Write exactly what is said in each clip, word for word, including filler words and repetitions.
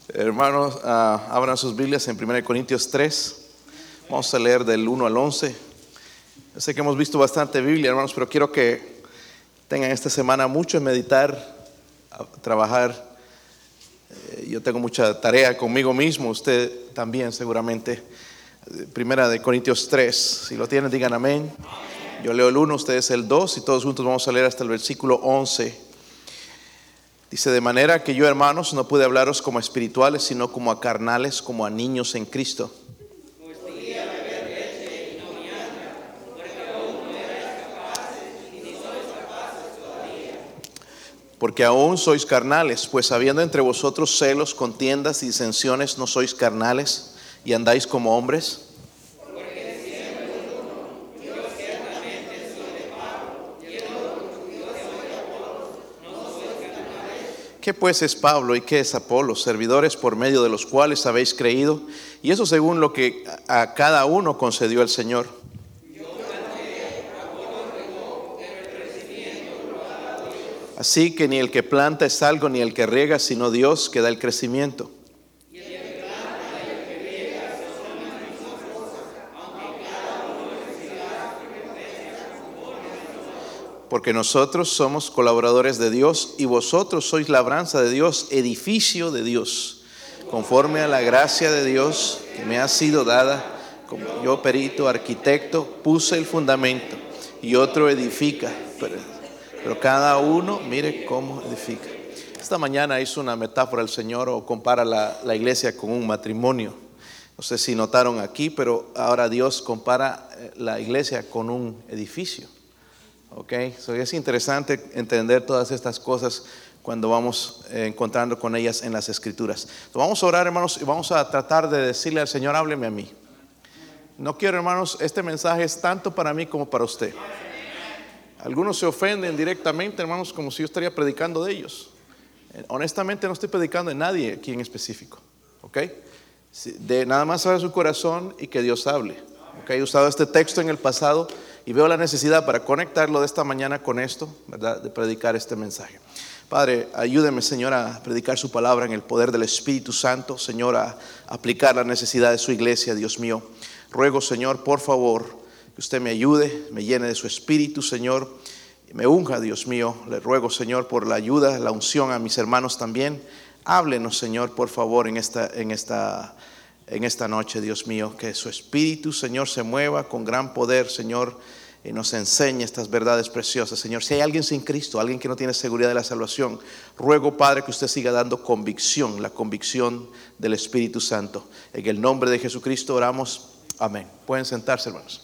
Hermanos, uh, abran sus Biblias en primera de Corintios tres. Vamos a leer del uno al once. Yo sé que hemos visto bastante Biblia, hermanos, pero quiero que tengan esta semana mucho en meditar, a trabajar. Eh, yo tengo mucha tarea conmigo mismo, usted también seguramente. Primera de Corintios tres, si lo tienen digan amén. Yo leo el uno, ustedes el dos y todos juntos vamos a leer hasta el versículo once. Dice: de manera que yo, hermanos, no pude hablaros como a espirituales, sino como a carnales, como a niños en Cristo. Porque aún sois carnales, pues habiendo entre vosotros celos, contiendas y disensiones, ¿no sois carnales y andáis como hombres? ¿Qué pues es Pablo y qué es Apolo? Servidores por medio de los cuales habéis creído, y eso según lo que a cada uno concedió el Señor. Así que ni el que planta es algo, ni el que riega, sino Dios que da el crecimiento. Porque nosotros somos colaboradores de Dios y vosotros sois labranza de Dios, edificio de Dios, conforme a la gracia de Dios que me ha sido dada. Como yo, perito, arquitecto, puse el fundamento y otro edifica, pero, pero cada uno mire cómo edifica. Esta mañana hizo una metáfora el Señor, o compara la, la iglesia con un matrimonio. No sé si notaron aquí, pero ahora Dios compara la iglesia con un edificio. Ok, so es interesante entender todas estas cosas cuando vamos eh, encontrando con ellas en las Escrituras. So, vamos a orar, hermanos, y vamos a tratar de decirle al Señor: hábleme a mí. No quiero, hermanos, este mensaje es tanto para mí como para usted. Algunos se ofenden directamente, hermanos, como si yo estaría predicando de ellos. Eh, honestamente no estoy predicando de nadie aquí en específico. Ok, de nada más abre su corazón y que Dios hable. Ok, he usado este texto en el pasado y veo la necesidad para conectarlo de esta mañana con esto, ¿verdad? De predicar este mensaje. Padre, ayúdeme, Señor, a predicar su palabra en el poder del Espíritu Santo, Señor, a aplicar la necesidad de su iglesia, Dios mío. Ruego, Señor, por favor, que usted me ayude, me llene de su Espíritu, Señor, y me unja, Dios mío. Le ruego, Señor, por la ayuda, la unción a mis hermanos también. Háblenos, Señor, por favor, en esta, en esta, en esta noche, Dios mío, que su Espíritu, Señor, se mueva con gran poder, Señor, y nos enseñe estas verdades preciosas, Señor. Si hay alguien sin Cristo, alguien que no tiene seguridad de la salvación, ruego, Padre, que usted siga dando convicción, la convicción del Espíritu Santo. En el nombre de Jesucristo oramos, amén. Pueden sentarse, hermanos.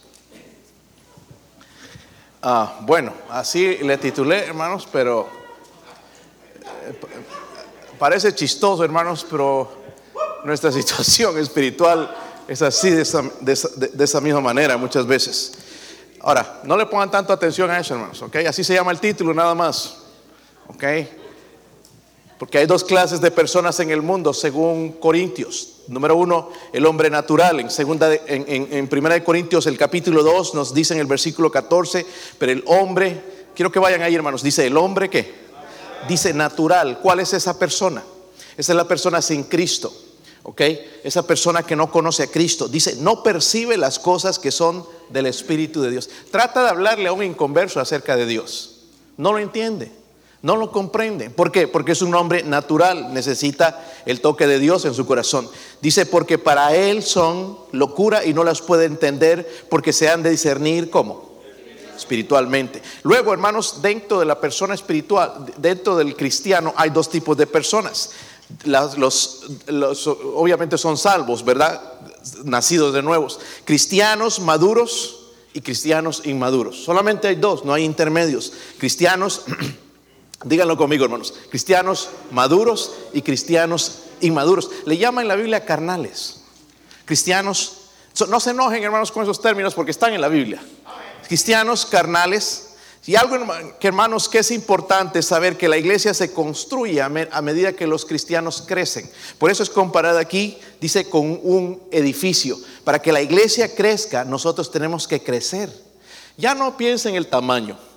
Ah, bueno, así le titulé, hermanos, pero eh, parece chistoso, hermanos, pero nuestra situación espiritual es así, de esa, de esa, de esa misma manera muchas veces. Ahora, no le pongan tanto atención a eso, hermanos, ¿ok? Así se llama el título nada más, ¿ok? Porque hay dos clases de personas en el mundo según Corintios. Número uno, el hombre natural. En segunda, de, en, en, en primera de Corintios, el capítulo dos, nos dice en el versículo catorce, pero el hombre, quiero que vayan ahí, hermanos, dice el hombre, ¿qué? Dice natural. ¿Cuál es esa persona? Esa es la persona sin Cristo. ¿Ok? Esa persona que no conoce a Cristo, dice, no percibe las cosas que son del Espíritu de Dios. Trata de hablarle a un inconverso acerca de Dios. No lo entiende, no lo comprende. ¿Por qué? Porque es un hombre natural, necesita el toque de Dios en su corazón. Dice, porque para él son locura y no las puede entender, porque se han de discernir, ¿cómo? Espiritualmente. Luego, hermanos, dentro de la persona espiritual, dentro del cristiano, hay dos tipos de personas. Las, los, los, obviamente son salvos, ¿verdad? Nacidos de nuevos. Cristianos maduros y cristianos inmaduros. Solamente hay dos, no hay intermedios. Cristianos, díganlo conmigo, hermanos. Cristianos maduros y cristianos inmaduros. Le llaman en la Biblia carnales. Cristianos, no se enojen, hermanos, con esos términos porque están en la Biblia. Cristianos carnales. Y algo, que hermanos, que es importante saber que la iglesia se construye a, me, a medida que los cristianos crecen. Por eso es comparada aquí, dice, con un edificio. Para que la iglesia crezca, nosotros tenemos que crecer. Ya no piensen en el tamaño.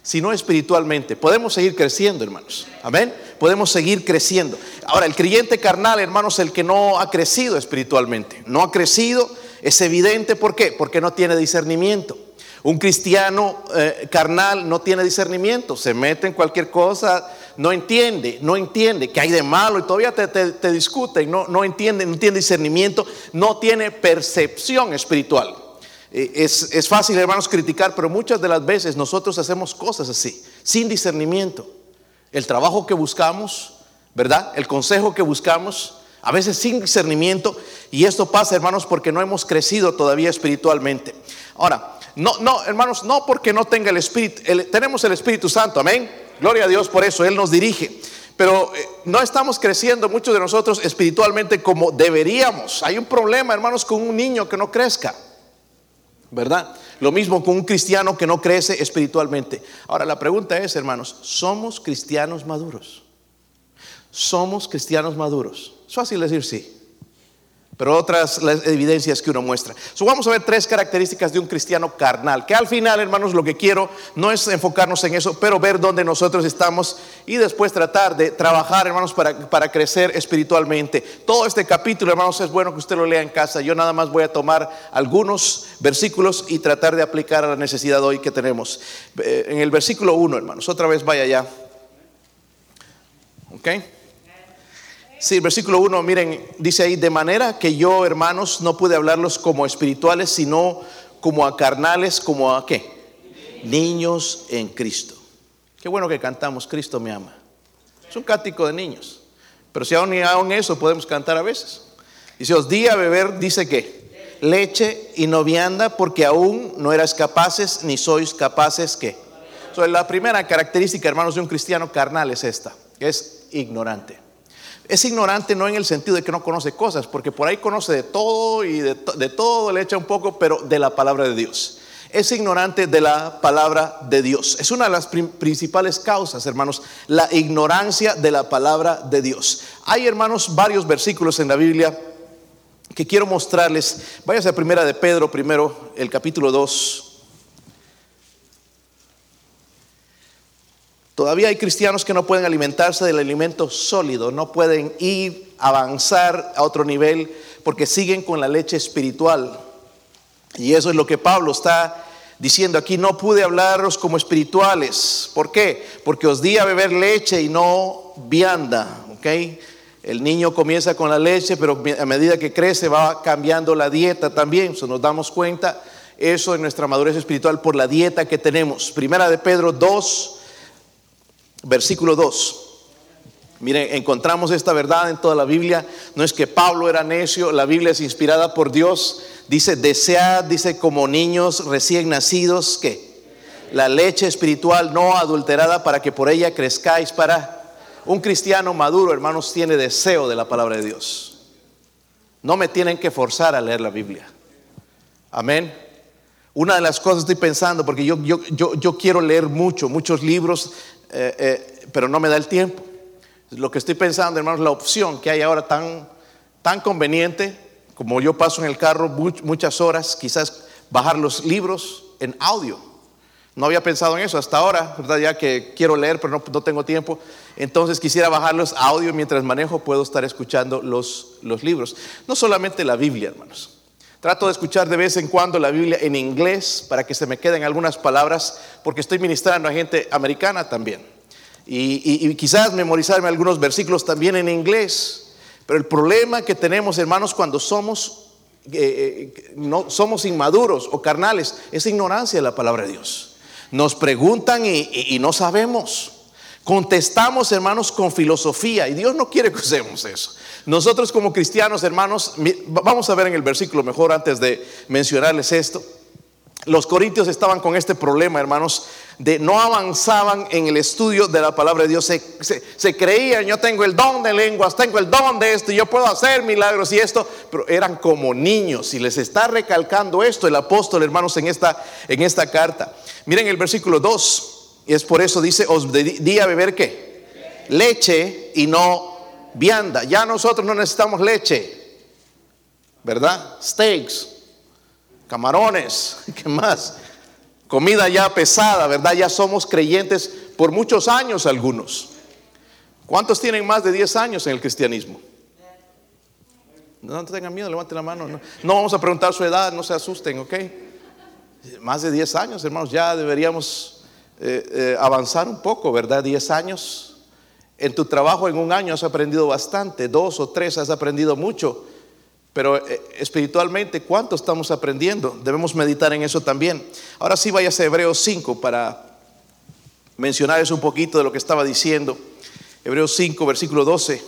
sino espiritualmente. Podemos seguir creciendo, hermanos. Amén. Podemos seguir creciendo. Ahora, el creyente carnal, hermanos, el que no ha crecido espiritualmente, no ha crecido, es evidente. ¿Por qué? Porque no tiene discernimiento. Un cristiano eh, carnal no tiene discernimiento, se mete en cualquier cosa, no entiende, no entiende qué hay de malo y todavía te, te, te discuten, no, no entiende, no tiene discernimiento, no tiene percepción espiritual. Eh, es, es fácil, hermanos, criticar, pero muchas de las veces nosotros hacemos cosas así, sin discernimiento. El trabajo que buscamos, ¿verdad? El consejo que buscamos, a veces sin discernimiento, y esto pasa, hermanos, porque no hemos crecido todavía espiritualmente. Ahora, No, no, hermanos, no porque no tenga el Espíritu, el, tenemos el Espíritu Santo, amén. Gloria a Dios por eso, Él nos dirige. Pero eh, no estamos creciendo muchos de nosotros espiritualmente como deberíamos. Hay un problema, hermanos, con un niño que no crezca, ¿verdad? Lo mismo con un cristiano que no crece espiritualmente. Ahora la pregunta es, hermanos, ¿somos cristianos maduros? ¿Somos cristianos maduros? Es fácil decir sí, pero otras las evidencias que uno muestra. So, vamos a ver tres características de un cristiano carnal, que al final, hermanos, lo que quiero no es enfocarnos en eso, pero ver dónde nosotros estamos y después tratar de trabajar, hermanos, para, para crecer espiritualmente. Todo este capítulo, hermanos, es bueno que usted lo lea en casa. Yo nada más voy a tomar algunos versículos y tratar de aplicar a la necesidad hoy que tenemos. En el versículo uno, hermanos, otra vez vaya allá. ¿Ok? Sí, el versículo uno, miren, dice ahí: de manera que yo, hermanos, no pude hablarlos como espirituales, sino como a carnales, como a ¿qué? Niños en Cristo. Qué bueno que cantamos Cristo me ama. Es un cántico de niños, pero si aún ni aún eso podemos cantar a veces. Y si os di a beber, dice que leche y no vianda, porque aún no eras capaces, ni sois capaces ¿qué? So, la primera característica, hermanos, de un cristiano carnal es esta: que es ignorante. Es ignorante no en el sentido de que no conoce cosas, porque por ahí conoce de todo y de, to- de todo le echa un poco, pero de la palabra de Dios. Es ignorante de la palabra de Dios. Es una de las prim- principales causas, hermanos, la ignorancia de la palabra de Dios. Hay, hermanos, varios versículos en la Biblia que quiero mostrarles. Váyase a primera de Pedro, primero, el capítulo dos. Todavía hay cristianos que no pueden alimentarse del alimento sólido, no pueden ir, avanzar a otro nivel porque siguen con la leche espiritual. Y eso es lo que Pablo está diciendo aquí: no pude hablaros como espirituales. ¿Por qué? Porque os di a beber leche y no vianda. ¿Ok? El niño comienza con la leche, pero a medida que crece va cambiando la dieta también. So, nos damos cuenta eso en nuestra madurez espiritual por la dieta que tenemos. Primera de Pedro dos, versículo dos. Miren, encontramos esta verdad en toda la Biblia. No es que Pablo era necio, la Biblia es inspirada por Dios. Dice: desead, dice, como niños recién nacidos, ¿qué? La leche espiritual no adulterada, para que por ella crezcáis para... Un cristiano maduro, hermanos, tiene deseo de la palabra de Dios. No me tienen que forzar a leer la Biblia. Amén. Una de las cosas estoy pensando, porque yo, yo, yo, yo quiero leer mucho, muchos libros, eh, eh, pero no me da el tiempo. Lo que estoy pensando, hermanos, la opción que hay ahora tan, tan conveniente, como yo paso en el carro much, muchas horas, quizás bajar los libros en audio. No había pensado en eso hasta ahora, ¿verdad? Ya que quiero leer, pero no, no tengo tiempo. Entonces quisiera bajarlos a audio mientras manejo, puedo estar escuchando los, los libros. No solamente la Biblia, hermanos. Trato de escuchar de vez en cuando la Biblia en inglés para que se me queden algunas palabras, porque estoy ministrando a gente americana también. Y, y, y quizás memorizarme algunos versículos también en inglés. Pero el problema que tenemos, hermanos, cuando somos, eh, eh, no, somos inmaduros o carnales, es ignorancia de la palabra de Dios. Nos preguntan y, y, y no sabemos. Contestamos, hermanos, con filosofía, y Dios no quiere que usemos eso. Nosotros como cristianos, hermanos, vamos a ver en el versículo mejor antes de mencionarles esto. Los corintios estaban con este problema, hermanos, de no avanzaban en el estudio de la palabra de Dios. Se, se, se creían: yo tengo el don de lenguas, tengo el don de esto, y yo puedo hacer milagros y esto, pero eran como niños. Y les está recalcando esto el apóstol, hermanos, en esta, en esta carta. Miren el versículo dos, y es por eso dice: os di a beber ¿qué? Leche y no vianda. Ya nosotros no necesitamos leche, ¿verdad? Steaks, camarones, ¿qué más? comida ya pesada, ¿verdad? Ya somos creyentes por muchos años algunos. ¿Cuántos tienen más de diez años en el cristianismo? No tengan miedo, levanten la mano. No, no vamos a preguntar su edad, no se asusten, ¿ok? Más de diez años, hermanos, ya deberíamos eh, eh, avanzar un poco, ¿verdad? diez años. En tu trabajo en un año has aprendido bastante, dos o tres has aprendido mucho. Pero eh, espiritualmente, ¿cuánto estamos aprendiendo? Debemos meditar en eso también. Ahora sí, váyase a Hebreos cinco para mencionarles un poquito de lo que estaba diciendo. Hebreos cinco, versículo doce.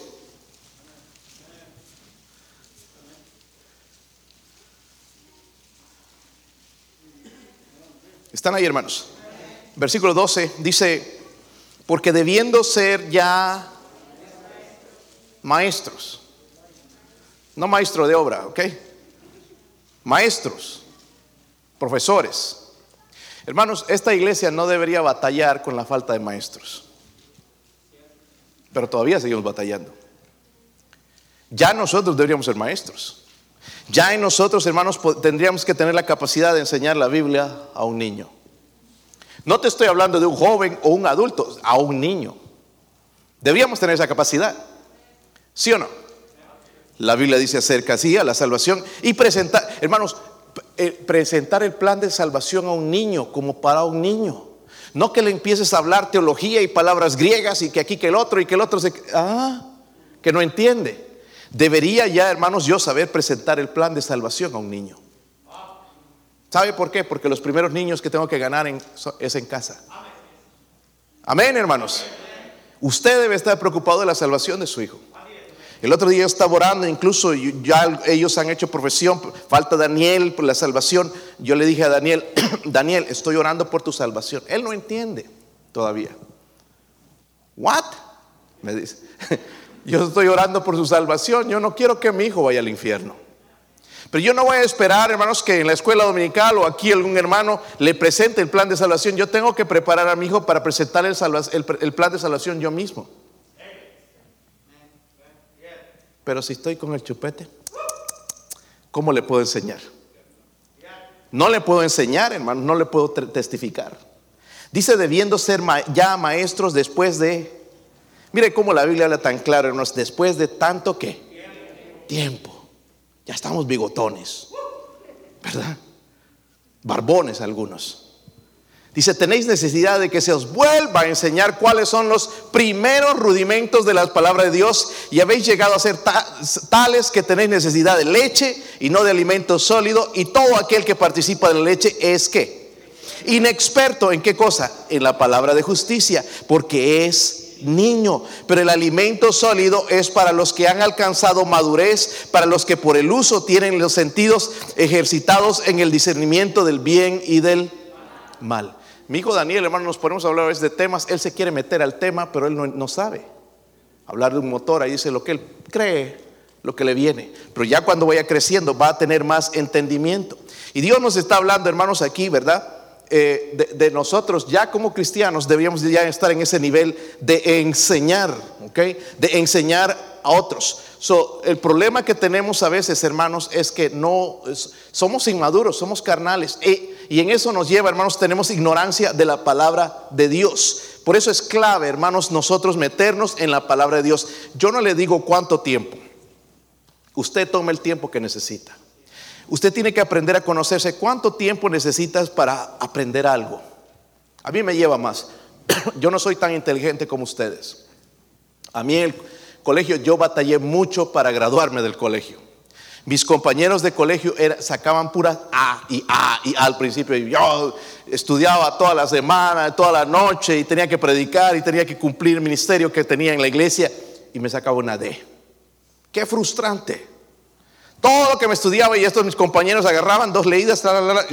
¿Están ahí, hermanos? Versículo doce dice: porque debiendo ser ya maestros, no maestro de obra, ¿ok? Maestros, profesores. Hermanos, esta iglesia no debería batallar con la falta de maestros, pero todavía seguimos batallando. Ya nosotros deberíamos ser maestros. Ya en nosotros, hermanos, tendríamos que tener la capacidad de enseñar la Biblia a un niño. No te estoy hablando de un joven o un adulto, a un niño. Deberíamos tener esa capacidad, ¿sí o no? La Biblia dice acerca así a la salvación y presentar, hermanos, eh, presentar el plan de salvación a un niño como para un niño. No que le empieces a hablar teología y palabras griegas y que aquí que el otro y que el otro se, ah, que no entiende. Debería ya, hermanos, yo saber presentar el plan de salvación a un niño. ¿Sabe por qué? Porque los primeros niños que tengo que ganar en, es en casa. Amén, hermanos. Usted debe estar preocupado de la salvación de su hijo. El otro día yo estaba orando, incluso ya ellos han hecho profesión, falta Daniel por la salvación. Yo le dije a Daniel: Daniel, estoy orando por tu salvación. Él no entiende todavía. ¿What? Me dice: yo estoy orando por su salvación, yo no quiero que mi hijo vaya al infierno. Pero yo no voy a esperar, hermanos, que en la escuela dominical o aquí algún hermano le presente el plan de salvación. Yo tengo que preparar a mi hijo para presentar el, salva, el, el plan de salvación yo mismo. Pero si estoy con el chupete, ¿cómo le puedo enseñar? No le puedo enseñar, hermano, no le puedo testificar. Dice: debiendo ser ma- ya maestros después de, mire cómo la Biblia habla tan claro, hermanos, después de tanto ¿qué? Tiempo. Ya estamos bigotones, ¿verdad? Barbones algunos. Dice: tenéis necesidad de que se os vuelva a enseñar cuáles son los primeros rudimentos de la palabra de Dios, y habéis llegado a ser ta- tales que tenéis necesidad de leche y no de alimento sólido, y todo aquel que participa de la leche es ¿qué? Inexperto en ¿qué cosa? En la palabra de justicia, porque es niño. Pero el alimento sólido es para los que han alcanzado madurez, para los que por el uso tienen los sentidos ejercitados en el discernimiento del bien y del mal. Mi hijo Daniel, hermano, nos ponemos a hablar a veces de temas. Él se quiere meter al tema, pero él no, no sabe hablar de un motor. Ahí dice lo que él cree, lo que le viene. Pero ya cuando vaya creciendo va a tener más entendimiento. Y Dios nos está hablando, hermanos, aquí, ¿verdad? Eh, de, de nosotros ya como cristianos deberíamos ya estar en ese nivel de enseñar, ¿ok? De enseñar a otros. So, el problema que tenemos a veces, hermanos, es que no es, somos inmaduros, somos carnales, e, y en eso nos lleva, hermanos, tenemos ignorancia de la palabra de Dios. Por eso es clave, hermanos, nosotros meternos en la palabra de Dios. Yo no le digo cuánto tiempo. Usted tome el tiempo que necesita. Usted tiene que aprender a conocerse. ¿Cuánto tiempo necesitas para aprender algo? A mí me lleva más. Yo no soy tan inteligente como ustedes. A mí el colegio, yo batallé mucho para graduarme del colegio. Mis compañeros de colegio era, sacaban puras A y A y A al principio. Y yo estudiaba toda la semana, toda la noche, y tenía que predicar y tenía que cumplir el ministerio que tenía en la iglesia, y me sacaba una D. Qué frustrante. Todo lo que me estudiaba y estos mis compañeros agarraban dos leídas, la, la, la,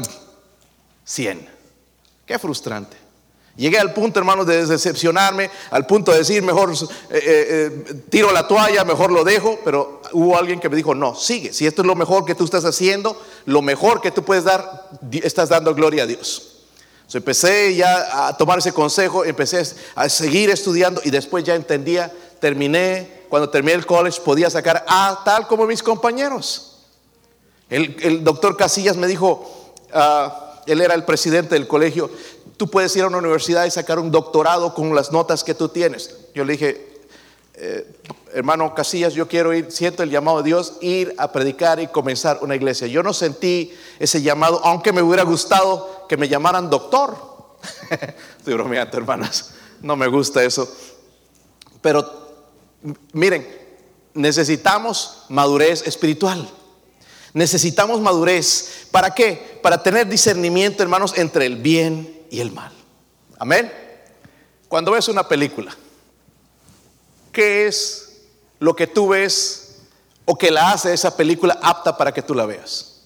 cien. Qué frustrante. Llegué al punto, hermanos, de decepcionarme, al punto de decir mejor eh, eh, tiro la toalla, mejor lo dejo. Pero hubo alguien que me dijo: no, sigue. Si esto es lo mejor que tú estás haciendo, lo mejor que tú puedes dar, estás dando gloria a Dios. So, empecé ya a tomar ese consejo, empecé a seguir estudiando, y después ya entendía, terminé. Cuando terminé el college podía sacar A tal como mis compañeros. El, el doctor Casillas me dijo: uh, él era el presidente del colegio. Tú puedes ir a una universidad y sacar un doctorado con las notas que tú tienes. Yo le dije, eh, hermano Casillas, yo quiero ir, siento el llamado de Dios, ir a predicar y comenzar una iglesia. Yo no sentí ese llamado, aunque me hubiera gustado que me llamaran doctor. Estoy bromeando, hermanas, no me gusta eso. Pero miren, necesitamos madurez espiritual. Necesitamos madurez. ¿Para qué? Para tener discernimiento, hermanos, entre el bien y el mal. Amén. Cuando ves una película, ¿qué es lo que tú ves o que la hace esa película apta para que tú la veas?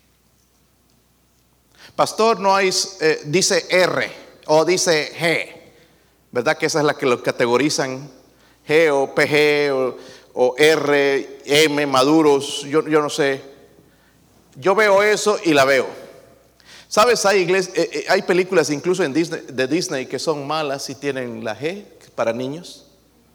Pastor, no hay, eh, dice R o dice G, ¿verdad? Que esa es la que lo categorizan, G o P G o, o R, M, maduros, yo, yo no sé. Yo veo eso y la veo. ¿Sabes? Hay, iglesia, eh, eh, hay películas incluso en Disney, de Disney que son malas y tienen la G para niños.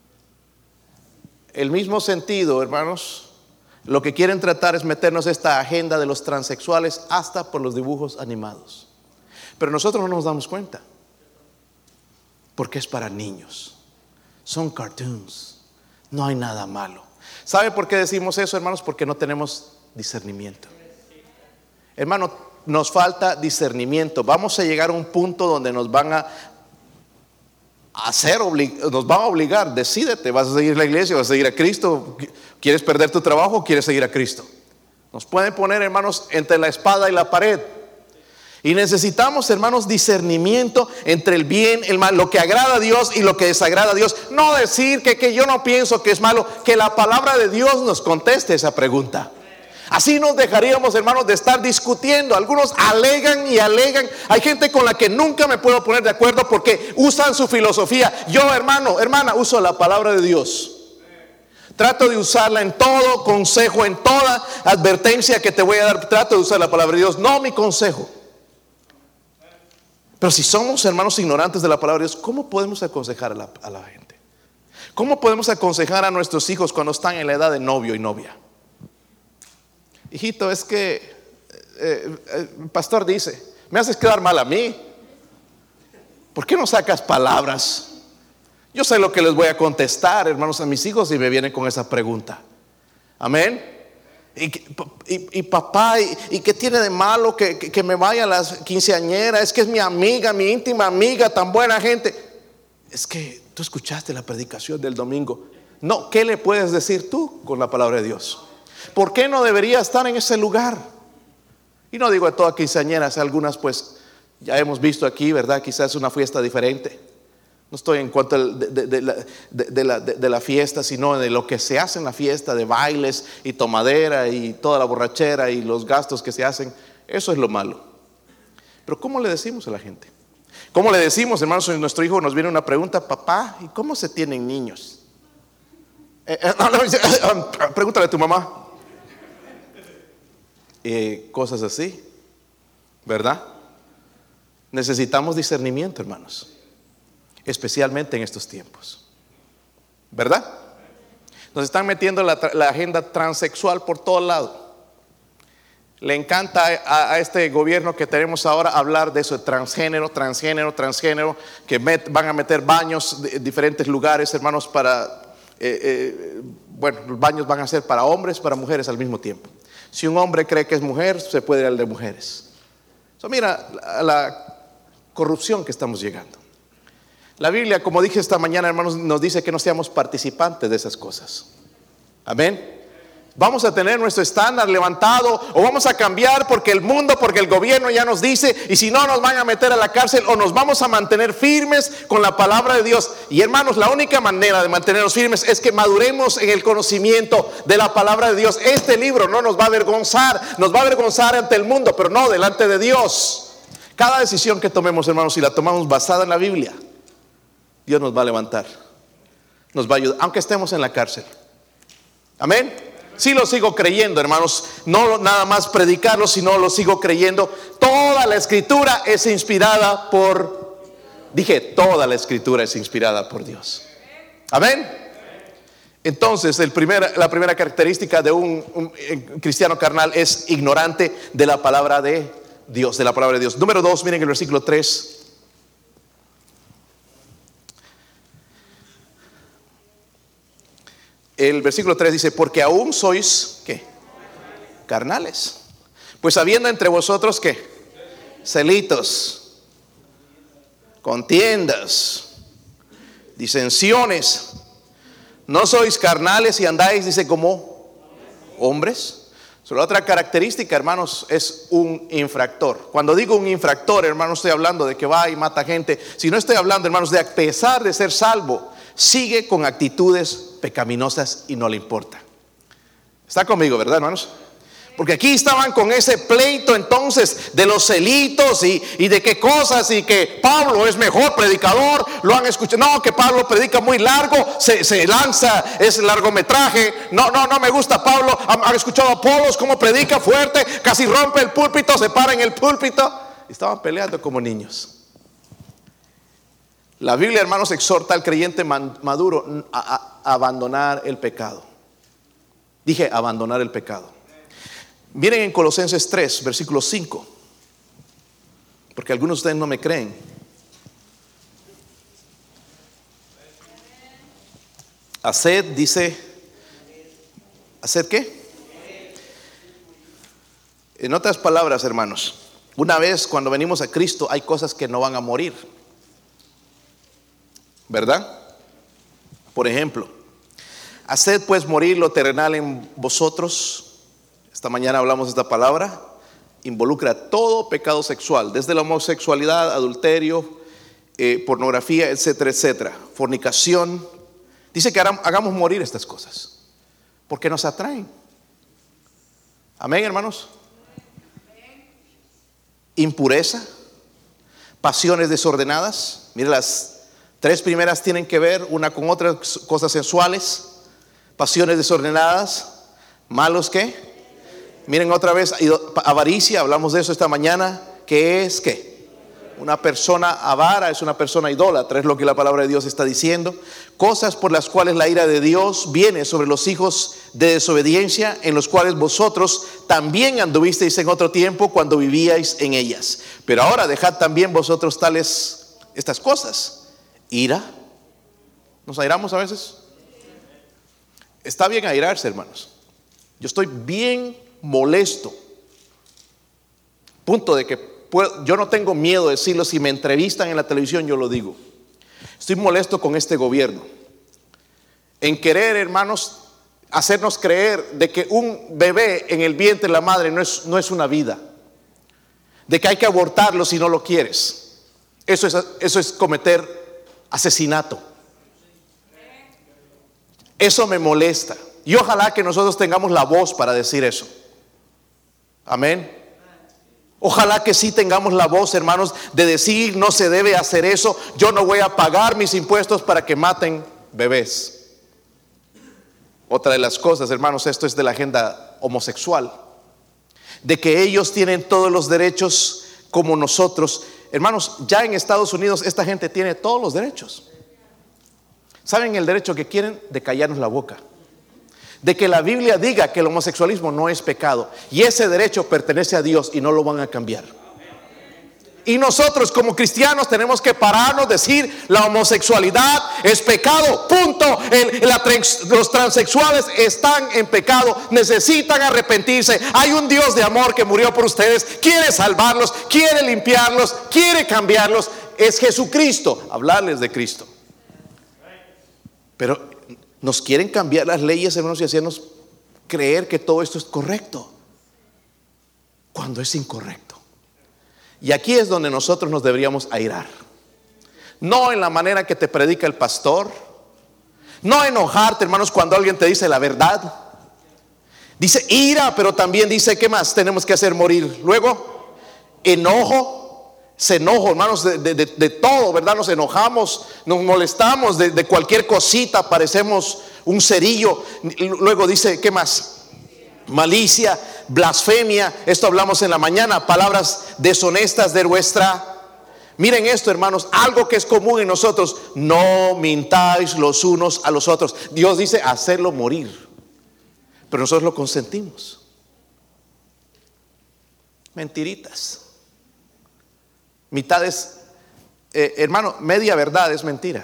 El mismo sentido, hermanos, lo que quieren tratar es meternos esta agenda de los transexuales hasta por los dibujos animados. Pero nosotros no nos damos cuenta, porque es para niños. Son cartoons, no hay nada malo. ¿Sabe por qué decimos eso, hermanos? Porque no tenemos discernimiento. Hermano, nos falta discernimiento. Vamos a llegar a un punto donde nos van a hacer, nos van a obligar. Decídete, ¿vas a seguir la iglesia? ¿Vas a seguir a Cristo? ¿Quieres perder tu trabajo o quieres seguir a Cristo? Nos pueden poner, hermanos, entre la espada y la pared. Y necesitamos, hermanos, discernimiento entre el bien y el mal, lo que agrada a Dios y lo que desagrada a Dios. No decir que, que yo no pienso que es malo, que la palabra de Dios nos conteste esa pregunta. Así nos dejaríamos, hermanos, de estar discutiendo. Algunos alegan y alegan. Hay gente con la que nunca me puedo poner de acuerdo porque usan su filosofía. Yo, hermano, hermana, uso la palabra de Dios. Trato de usarla en todo consejo, en toda advertencia que te voy a dar. Trato de usar la palabra de Dios, no mi consejo. Pero si somos, hermanos, ignorantes de la palabra de Dios, ¿cómo podemos aconsejar a la, a la gente? ¿Cómo podemos aconsejar a nuestros hijos cuando están en la edad de novio y novia? Hijito, es que eh, eh, el pastor dice, me haces quedar mal a mí. ¿Por qué no sacas palabras? Yo sé lo que les voy a contestar, hermanos, a mis hijos si me vienen con esa pregunta. Amén. Y, y, y papá, y, y qué tiene de malo que, que, que me vaya a las quinceañeras? Es que es mi amiga, mi íntima amiga, tan buena gente. Es que tú escuchaste la predicación del domingo. No, ¿qué le puedes decir tú con la palabra de Dios? ¿Por qué no debería estar en ese lugar? Y no digo de todas quinceañeras, algunas pues ya hemos visto aquí, ¿verdad? Quizás es una fiesta diferente. No estoy en cuanto de, de, de, la, de, de, la, de, de la fiesta, sino de lo que se hace en la fiesta, de bailes y tomadera y toda la borrachera y los gastos que se hacen. Eso es lo malo. Pero ¿cómo le decimos a la gente? ¿Cómo le decimos, hermanos, si nuestro hijo nos viene una pregunta? Papá, ¿y cómo se tienen niños? Eh, eh, no, no, pregúntale a tu mamá. Eh, cosas así, ¿verdad? Necesitamos discernimiento, hermanos, especialmente en estos tiempos, ¿verdad? Nos están metiendo la, la agenda transexual por todo lado. Le encanta a, a este gobierno que tenemos ahora hablar de eso, de transgénero, transgénero, transgénero, que met, van a meter baños de diferentes lugares, hermanos, para, eh, eh, bueno, los baños van a ser para hombres, para mujeres al mismo tiempo. Si un hombre cree que es mujer, se puede ir al de mujeres. So, mira la, la corrupción que estamos llegando. La Biblia, como dije esta mañana, hermanos, nos dice que no seamos participantes de esas cosas. Amén. Vamos a tener nuestro estándar levantado o vamos a cambiar porque el mundo, porque el gobierno ya nos dice, y si no nos van a meter a la cárcel, o nos vamos a mantener firmes con la palabra de Dios. Y hermanos, la única manera de mantenernos firmes es que maduremos en el conocimiento de la palabra de Dios. Este libro no nos va a avergonzar, nos va a avergonzar ante el mundo, pero no delante de Dios. Cada decisión que tomemos, hermanos, si la tomamos basada en la Biblia, Dios nos va a levantar, nos va a ayudar, aunque estemos en la cárcel. Amén. Sí lo sigo creyendo, hermanos, no nada más predicarlo, sino lo sigo creyendo. Toda la escritura es inspirada por, dije, toda la escritura es inspirada por Dios. Amén. Entonces, el primer, la primera característica de un, un cristiano carnal es ignorante de la palabra de Dios, de la palabra de Dios. Número dos, miren el versículo tres. El versículo tres dice, porque aún sois, ¿qué? Carnales. Pues habiendo entre vosotros, ¿qué? Celitos, contiendas, disensiones. No sois carnales y andáis, dice, como hombres. Solo otra característica, hermanos, es un infractor. Cuando digo un infractor, hermanos, estoy hablando de que va y mata gente. Si no estoy hablando, hermanos, de a pesar de ser salvo, sigue con actitudes pecaminosas y no le importa. Está conmigo, ¿verdad, hermanos? Porque aquí estaban con ese pleito entonces de los celitos y, y de qué cosas, y que Pablo es mejor predicador. Lo han escuchado, no, que Pablo predica muy largo, se, se lanza, es largometraje. No, no, no me gusta Pablo. Han, han escuchado a Apolos cómo predica fuerte, casi rompe el púlpito, se para en el púlpito. Estaban peleando como niños. La Biblia, hermanos, exhorta al creyente maduro a, a, a abandonar el pecado. Dije abandonar el pecado. Miren en Colosenses tres, versículo cinco, porque algunos de ustedes no me creen. Haced, dice, ¿haced qué? En otras palabras, hermanos, una vez cuando venimos a Cristo hay cosas que no van a morir, ¿verdad? Por ejemplo, haced pues morir lo terrenal en vosotros. Esta mañana hablamos de esta palabra. Involucra todo pecado sexual, desde la homosexualidad, adulterio, eh, pornografía, etcétera, etcétera, fornicación. Dice que hagamos morir estas cosas porque nos atraen. Amén, hermanos. Impureza, pasiones desordenadas. Mire, las tres primeras tienen que ver una con otras cosas sensuales. Pasiones desordenadas, malos ¿qué? Miren otra vez, avaricia, hablamos de eso esta mañana. ¿Qué es qué? Una persona avara es una persona idólatra, es lo que la palabra de Dios está diciendo. Cosas por las cuales la ira de Dios viene sobre los hijos de desobediencia, en los cuales vosotros también anduvisteis en otro tiempo cuando vivíais en ellas. Pero ahora dejad también vosotros tales, estas cosas. Ira. ¿Nos airamos a veces? Está bien airarse, hermanos. Yo estoy bien molesto, punto de que puedo, yo no tengo miedo de decirlo. Si me entrevistan en la televisión, yo lo digo. Estoy molesto con este gobierno en querer, hermanos, hacernos creer de que un bebé en el vientre de la madre no es, no es una vida, de que hay que abortarlo si no lo quieres. Eso es, eso es cometer asesinato. Eso me molesta y ojalá que nosotros tengamos la voz para decir eso. Amén. Ojalá que sí tengamos la voz, hermanos, de decir no se debe hacer eso. Yo no voy a pagar mis impuestos para que maten bebés. Otra de las cosas, hermanos, esto es de la agenda homosexual, de que ellos tienen todos los derechos como nosotros. Hermanos, ya en Estados Unidos esta gente tiene todos los derechos. ¿Saben el derecho que quieren? De callarnos la boca. De que la Biblia diga que el homosexualismo no es pecado, y ese derecho pertenece a Dios y no lo van a cambiar. Y nosotros como cristianos tenemos que pararnos, decir la homosexualidad es pecado, punto. El, la, los transexuales están en pecado, necesitan arrepentirse. Hay un Dios de amor que murió por ustedes, quiere salvarlos, quiere limpiarlos, quiere cambiarlos. Es Jesucristo, hablarles de Cristo. Pero nos quieren cambiar las leyes, hermanos, y hacernos creer que todo esto es correcto, cuando es incorrecto. Y aquí es donde nosotros nos deberíamos airar. No en la manera que te predica el pastor. No enojarte, hermanos, cuando alguien te dice la verdad. Dice ira, pero también dice, ¿qué más tenemos que hacer morir? Luego, enojo. Se enojo, hermanos, de, de, de, de todo, ¿verdad? Nos enojamos, nos molestamos de, de cualquier cosita, parecemos un cerillo. Luego dice, ¿qué más? Malicia, blasfemia. Esto hablamos en la mañana. Palabras deshonestas de vuestra. Miren esto, hermanos, algo que es común en nosotros: no mintáis los unos a los otros. Dios dice hacerlo morir, pero nosotros lo consentimos. Mentiritas. Mitad es, eh, hermano, media verdad es mentira.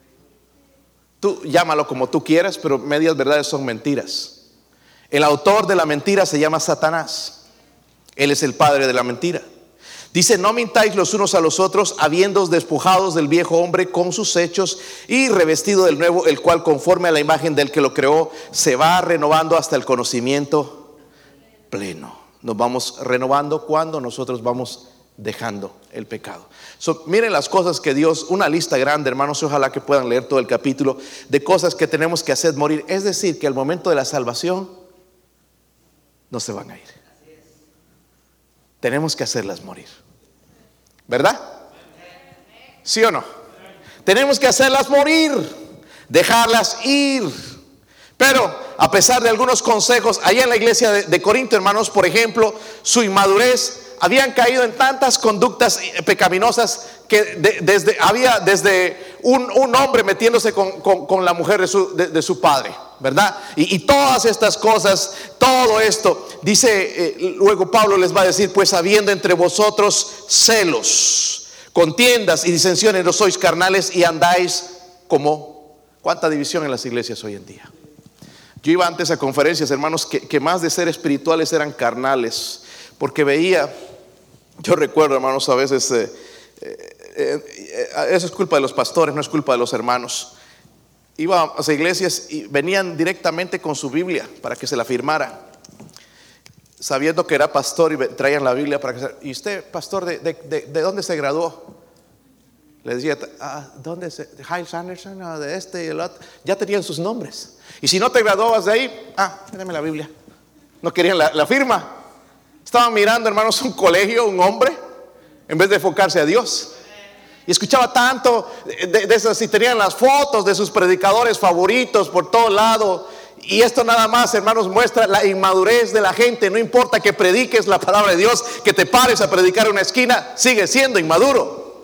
Tú llámalo como tú quieras, pero medias verdades son mentiras. El autor de la mentira se llama Satanás. Él es el padre de la mentira. Dice: no mintáis los unos a los otros, habiéndoos despojados del viejo hombre con sus hechos y revestido del nuevo, el cual conforme a la imagen del que lo creó se va renovando hasta el conocimiento pleno. Nos vamos renovando cuando nosotros vamos dejando el pecado. So, miren las cosas que Dios, una lista grande, hermanos, ojalá que puedan leer todo el capítulo de cosas que tenemos que hacer morir. Es decir, que al momento de la salvación no se van a ir. Tenemos que hacerlas morir, ¿verdad? ¿Sí o no? Tenemos que hacerlas morir, dejarlas ir. Pero a pesar de algunos consejos, allá en la iglesia de, de Corinto, hermanos, por ejemplo, su inmadurez, habían caído en tantas conductas pecaminosas que de, desde, había desde un, un hombre metiéndose con, con, con la mujer de su, de, de su padre, ¿verdad? Y, y todas estas cosas, todo esto, dice, eh, luego Pablo les va a decir: pues habiendo entre vosotros celos, contiendas y disensiones, no sois carnales y andáis como... ¿Cuánta división en las iglesias hoy en día? Yo iba antes a conferencias, hermanos, que, que más de ser espirituales eran carnales, porque veía, yo recuerdo, hermanos, a veces eh, eh, eh, eso es culpa de los pastores, no es culpa de los hermanos. Iba a las iglesias y venían directamente con su Biblia para que se la firmara, sabiendo que era pastor, y traían la Biblia para que se... ¿Y usted, pastor, de, de, de, de dónde se graduó? Le decía: ah, ¿dónde se? ¿De Hyles Anderson? ¿O de este y el otro? Ya tenían sus nombres. Y si no te graduabas de ahí, ah, déjame la Biblia. No querían la, la firma. Estaban mirando, hermanos, un colegio, un hombre, en vez de enfocarse a Dios. Y escuchaba tanto de, de esas, y tenían las fotos de sus predicadores favoritos por todo lado. Y esto nada más, hermanos, muestra la inmadurez de la gente. No importa que prediques la palabra de Dios, que te pares a predicar en una esquina, sigue siendo inmaduro.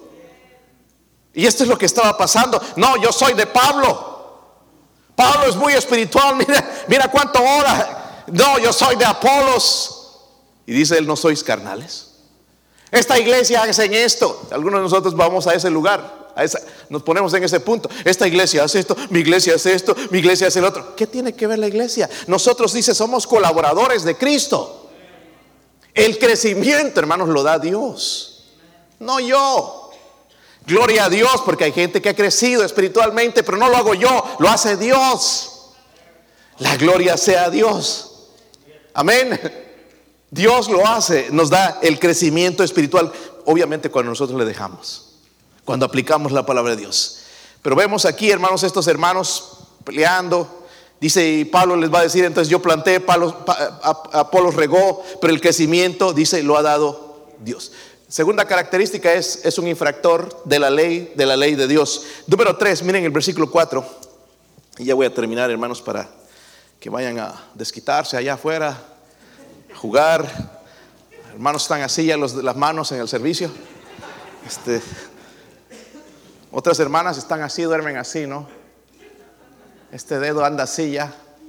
Y esto es lo que estaba pasando. No, yo soy de Pablo. Pablo es muy espiritual, mira, mira cuánto ora. No, yo soy de Apolos. Y dice él: no sois carnales. Esta iglesia hace esto. Algunos de nosotros vamos a ese lugar, a esa, nos ponemos en ese punto. Esta iglesia hace esto, mi iglesia hace esto, mi iglesia hace el otro. ¿Qué tiene que ver la iglesia? Nosotros, dice, somos colaboradores de Cristo. El crecimiento, hermanos, lo da Dios, no yo. Gloria a Dios, porque hay gente que ha crecido espiritualmente, pero no lo hago yo, lo hace Dios. La gloria sea a Dios. Amén. Dios lo hace, nos da el crecimiento espiritual, obviamente cuando nosotros le dejamos, cuando aplicamos la palabra de Dios. Pero vemos aquí, hermanos, estos hermanos peleando. Dice, y Pablo les va a decir: entonces yo planté, Pablo, Apolos regó, pero el crecimiento, dice, lo ha dado Dios. Segunda característica es, es un infractor de la ley, de la ley de Dios. Número tres, miren el versículo cuatro. Y ya voy a terminar, hermanos, para que vayan a desquitarse allá afuera, a jugar. Hermanos, están así ya los de las manos en el servicio. Este, otras hermanas están así, duermen así, ¿no? Este dedo anda así ya.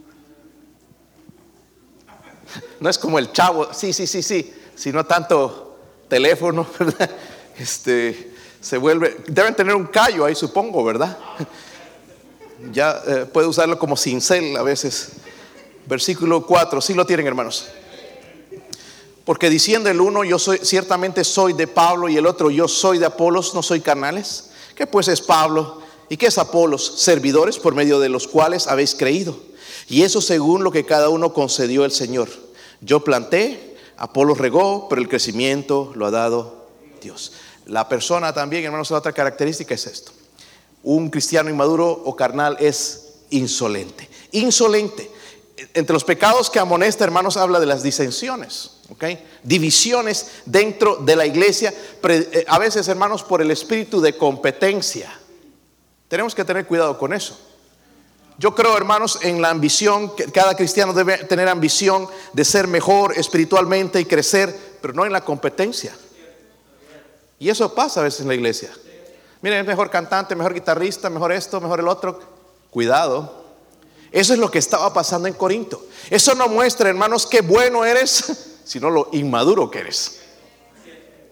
No es como el chavo, sí, sí, sí, sí, sino tanto teléfono, ¿verdad? Este, se vuelve, deben tener un callo ahí, supongo, ¿verdad? Ya eh, puede usarlo como cincel a veces. Versículo cuatro, sí lo tienen, hermanos. Porque diciendo el uno, yo soy, ciertamente soy de Pablo, y el otro, yo soy de Apolos, no soy carnales. ¿Qué pues es Pablo? ¿Y qué es Apolos? Servidores por medio de los cuales habéis creído. Y eso según lo que cada uno concedió el Señor. Yo planté, Apolos regó, pero el crecimiento lo ha dado Dios. La persona también, hermanos, la otra característica es esto: un cristiano inmaduro o carnal es insolente. Insolente. Entre los pecados que amonesta, hermanos, habla de las disensiones, ¿okay? Divisiones dentro de la iglesia, a veces, hermanos, por el espíritu de competencia. Tenemos que tener cuidado con eso. Yo creo, hermanos, en la ambición, que cada cristiano debe tener ambición de ser mejor espiritualmente y crecer, pero no en la competencia. Y eso pasa a veces en la iglesia. Miren, es mejor cantante, mejor guitarrista, mejor esto, mejor el otro. Cuidado. Eso es lo que estaba pasando en Corinto. Eso no muestra, hermanos, qué bueno eres, sino lo inmaduro que eres.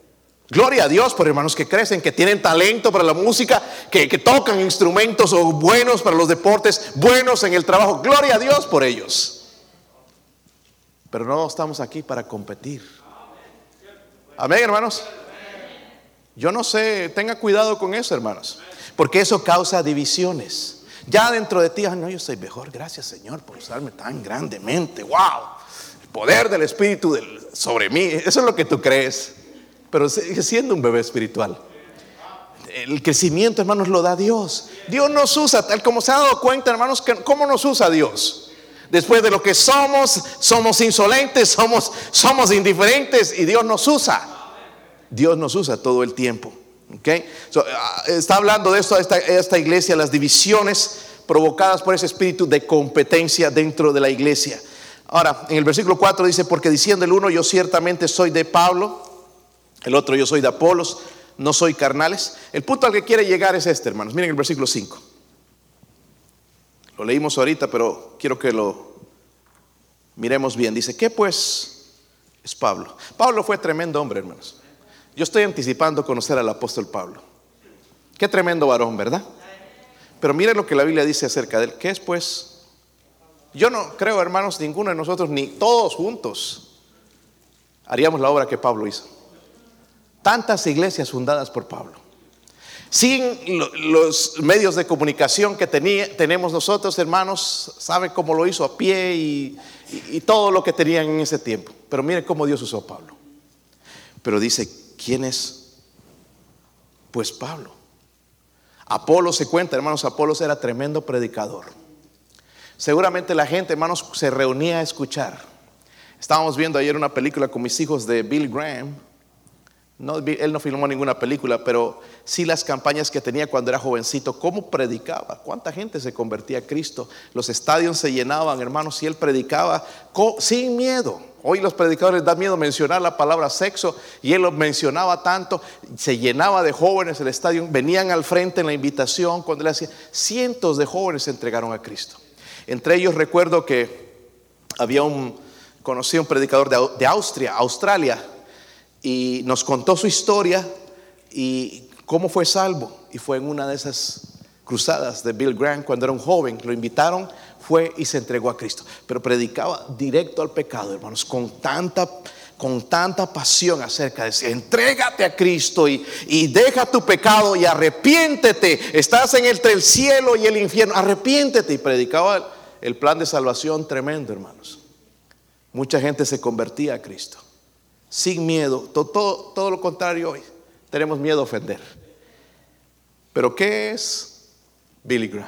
Gloria a Dios por hermanos que crecen, que tienen talento para la música, que, que tocan instrumentos o buenos para los deportes, buenos en el trabajo. Gloria a Dios por ellos. Pero no estamos aquí para competir. Amén, hermanos. Yo no sé, tenga cuidado con eso, hermanos, porque eso causa divisiones. Ya dentro de ti, ah, no, yo soy mejor, gracias Señor por usarme tan grandemente. Wow, el poder del Espíritu del, sobre mí. Eso es lo que tú crees, pero sigue siendo un bebé espiritual. El crecimiento, hermanos, lo da Dios. Dios nos usa, tal como se ha dado cuenta, hermanos, que cómo nos usa Dios. Después de lo que somos, somos insolentes, somos, somos indiferentes y Dios nos usa. Dios nos usa todo el tiempo. Okay? So, uh, está hablando de esto esta, esta iglesia, las divisiones provocadas por ese espíritu de competencia dentro de la iglesia. Ahora, en el versículo cuatro dice: porque diciendo el uno, yo ciertamente soy de Pablo, el otro, yo soy de Apolos, no soy carnales. El punto al que quiere llegar es este, hermanos. Miren el versículo cinco. Lo leímos ahorita, pero quiero que lo miremos bien. Dice: ¿qué pues es Pablo? Pablo fue tremendo hombre, hermanos. Yo estoy anticipando conocer al apóstol Pablo. Qué tremendo varón, ¿verdad? Pero miren lo que la Biblia dice acerca de él. ¿Qué es pues? Yo no creo, hermanos, ninguno de nosotros, ni todos juntos, haríamos la obra que Pablo hizo. Tantas iglesias fundadas por Pablo, sin los medios de comunicación que tenía, tenemos nosotros, hermanos. Sabe cómo lo hizo a pie y, y, y todo lo que tenían en ese tiempo. Pero miren cómo Dios usó a Pablo. Pero dice: ¿quién es pues Pablo? Apolo se cuenta, hermanos, Apolos era tremendo predicador. Seguramente la gente, hermanos, se reunía a escuchar. Estábamos viendo ayer una película con mis hijos de Billy Graham. No, él no filmó ninguna película, pero sí las campañas que tenía cuando era jovencito. Cómo predicaba, cuánta gente se convertía a Cristo. Los estadios se llenaban, hermanos, y él predicaba sin miedo. Hoy los predicadores les da miedo mencionar la palabra sexo, y él lo mencionaba tanto. Se llenaba de jóvenes el estadio, venían al frente en la invitación. Cuando él hacía, cientos de jóvenes se entregaron a Cristo. Entre ellos recuerdo que había un, conocí a un predicador de, de Austria, Australia, y nos contó su historia y cómo fue salvo. Y fue en una de esas cruzadas de Bill Graham cuando era un joven. Lo invitaron, fue y se entregó a Cristo. Pero predicaba directo al pecado, hermanos, con tanta, con tanta pasión acerca de eso. Entrégate a Cristo y, y deja tu pecado y arrepiéntete. Estás en entre el cielo y el infierno, arrepiéntete. Y predicaba el, el plan de salvación tremendo, hermanos. Mucha gente se convertía a Cristo sin miedo. Todo, todo, todo lo contrario hoy. Tenemos miedo a ofender. Pero ¿qué es Billy Graham?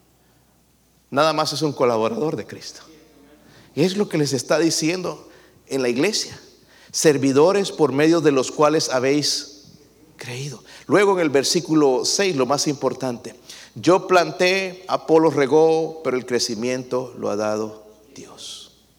Nada más es un colaborador de Cristo. Y es lo que les está diciendo en la iglesia. Servidores por medio de los cuales habéis creído. Luego en el versículo seis, lo más importante: yo planté, Apolos regó, pero el crecimiento lo ha dado Dios.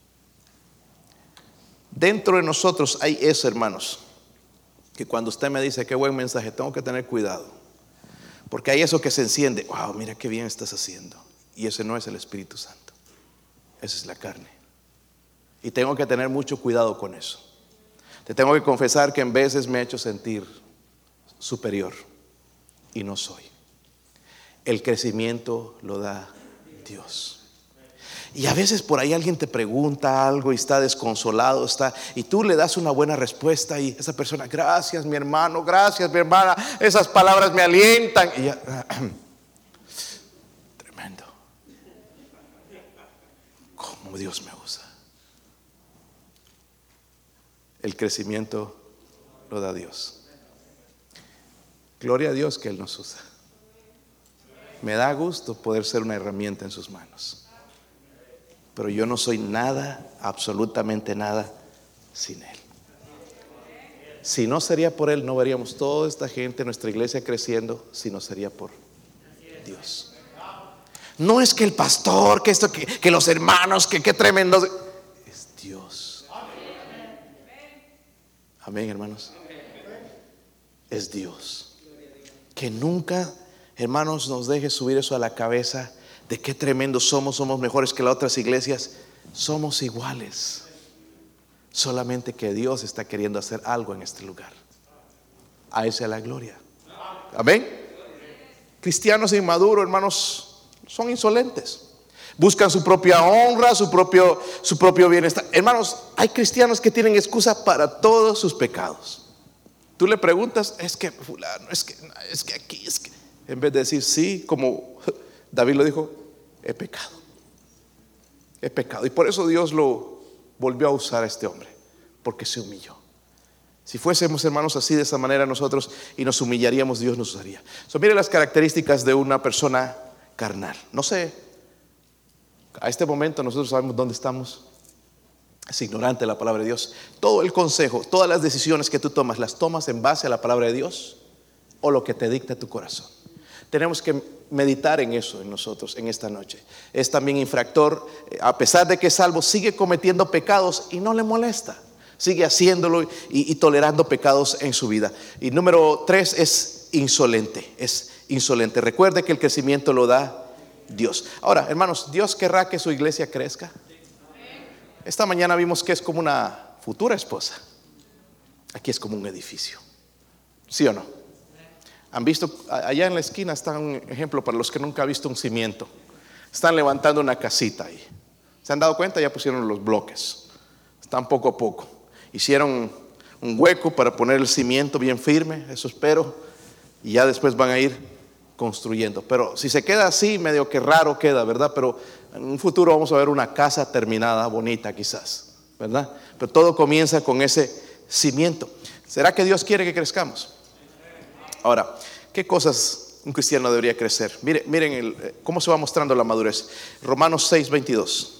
Dentro de nosotros hay eso, hermanos, que cuando usted me dice qué buen mensaje, tengo que tener cuidado, porque hay eso que se enciende. Wow, mira qué bien estás haciendo. Y ese no es el Espíritu Santo, esa es la carne. Y tengo que tener mucho cuidado con eso. Te tengo que confesar que en veces me he hecho sentir superior y no soy. El crecimiento lo da Dios. Y a veces por ahí alguien te pregunta algo y está desconsolado, está, y tú le das una buena respuesta y esa persona: gracias mi hermano, gracias mi hermana, esas palabras me alientan. Y ya, tremendo. Cómo Dios me usa. El crecimiento lo da Dios. Gloria a Dios que Él nos usa. Me da gusto poder ser una herramienta en sus manos. Pero yo no soy nada, absolutamente nada, sin Él. Si no sería por Él, no veríamos toda esta gente, nuestra iglesia creciendo, si no sería por Dios. No es que el pastor, que esto, que, que los hermanos, que qué tremendos. Es Dios. Amén, hermanos. Es Dios. Que nunca, hermanos, nos deje subir eso a la cabeza. De qué tremendos somos, somos mejores que las otras iglesias. Somos iguales. Solamente que Dios está queriendo hacer algo en este lugar. a esa es la gloria. Amén. Cristianos inmaduros, hermanos, son insolentes. Buscan su propia honra, su propio, su propio bienestar. Hermanos, hay cristianos que tienen excusa para todos sus pecados. Tú le preguntas, es que fulano, es que, es que aquí, es que. En vez de decir sí, como David lo dijo, he pecado. He pecado. Y por eso Dios lo volvió a usar a este hombre, porque se humilló. Si fuésemos hermanos así de esa manera nosotros y nos humillaríamos, Dios nos usaría. So, mire las características de una persona carnal. No sé, a este momento nosotros sabemos dónde estamos. Es ignorante la palabra de Dios. Todo el consejo, todas las decisiones que tú tomas, ¿las tomas en base a la palabra de Dios o lo que te dicta tu corazón? Tenemos que meditar en eso en nosotros en esta noche. Es también infractor, a pesar de que es salvo, sigue cometiendo pecados y no le molesta. Sigue haciéndolo y, y tolerando pecados en su vida. Y número tres es insolente. Es insolente. Recuerde que el crecimiento lo da Dios. Ahora, hermanos, ¿Dios querrá que su iglesia crezca? Esta mañana vimos que es como una futura esposa. Aquí es como un edificio. ¿Sí o no? Han visto, allá en la esquina está un ejemplo para los que nunca han visto un cimiento. Están levantando una casita ahí. ¿Se han dado cuenta? Ya pusieron los bloques. Están poco a poco. Hicieron un hueco para poner el cimiento bien firme, eso espero. Y ya después van a ir construyendo. Pero si se queda así, medio que raro queda, ¿verdad? Pero en un futuro vamos a ver una casa terminada, bonita quizás, ¿verdad? Pero todo comienza con ese cimiento. ¿Será que Dios quiere que crezcamos? Ahora, ¿qué cosas un cristiano debería crecer? Miren, miren el, cómo se va mostrando la madurez. Romanos seis, veintidós.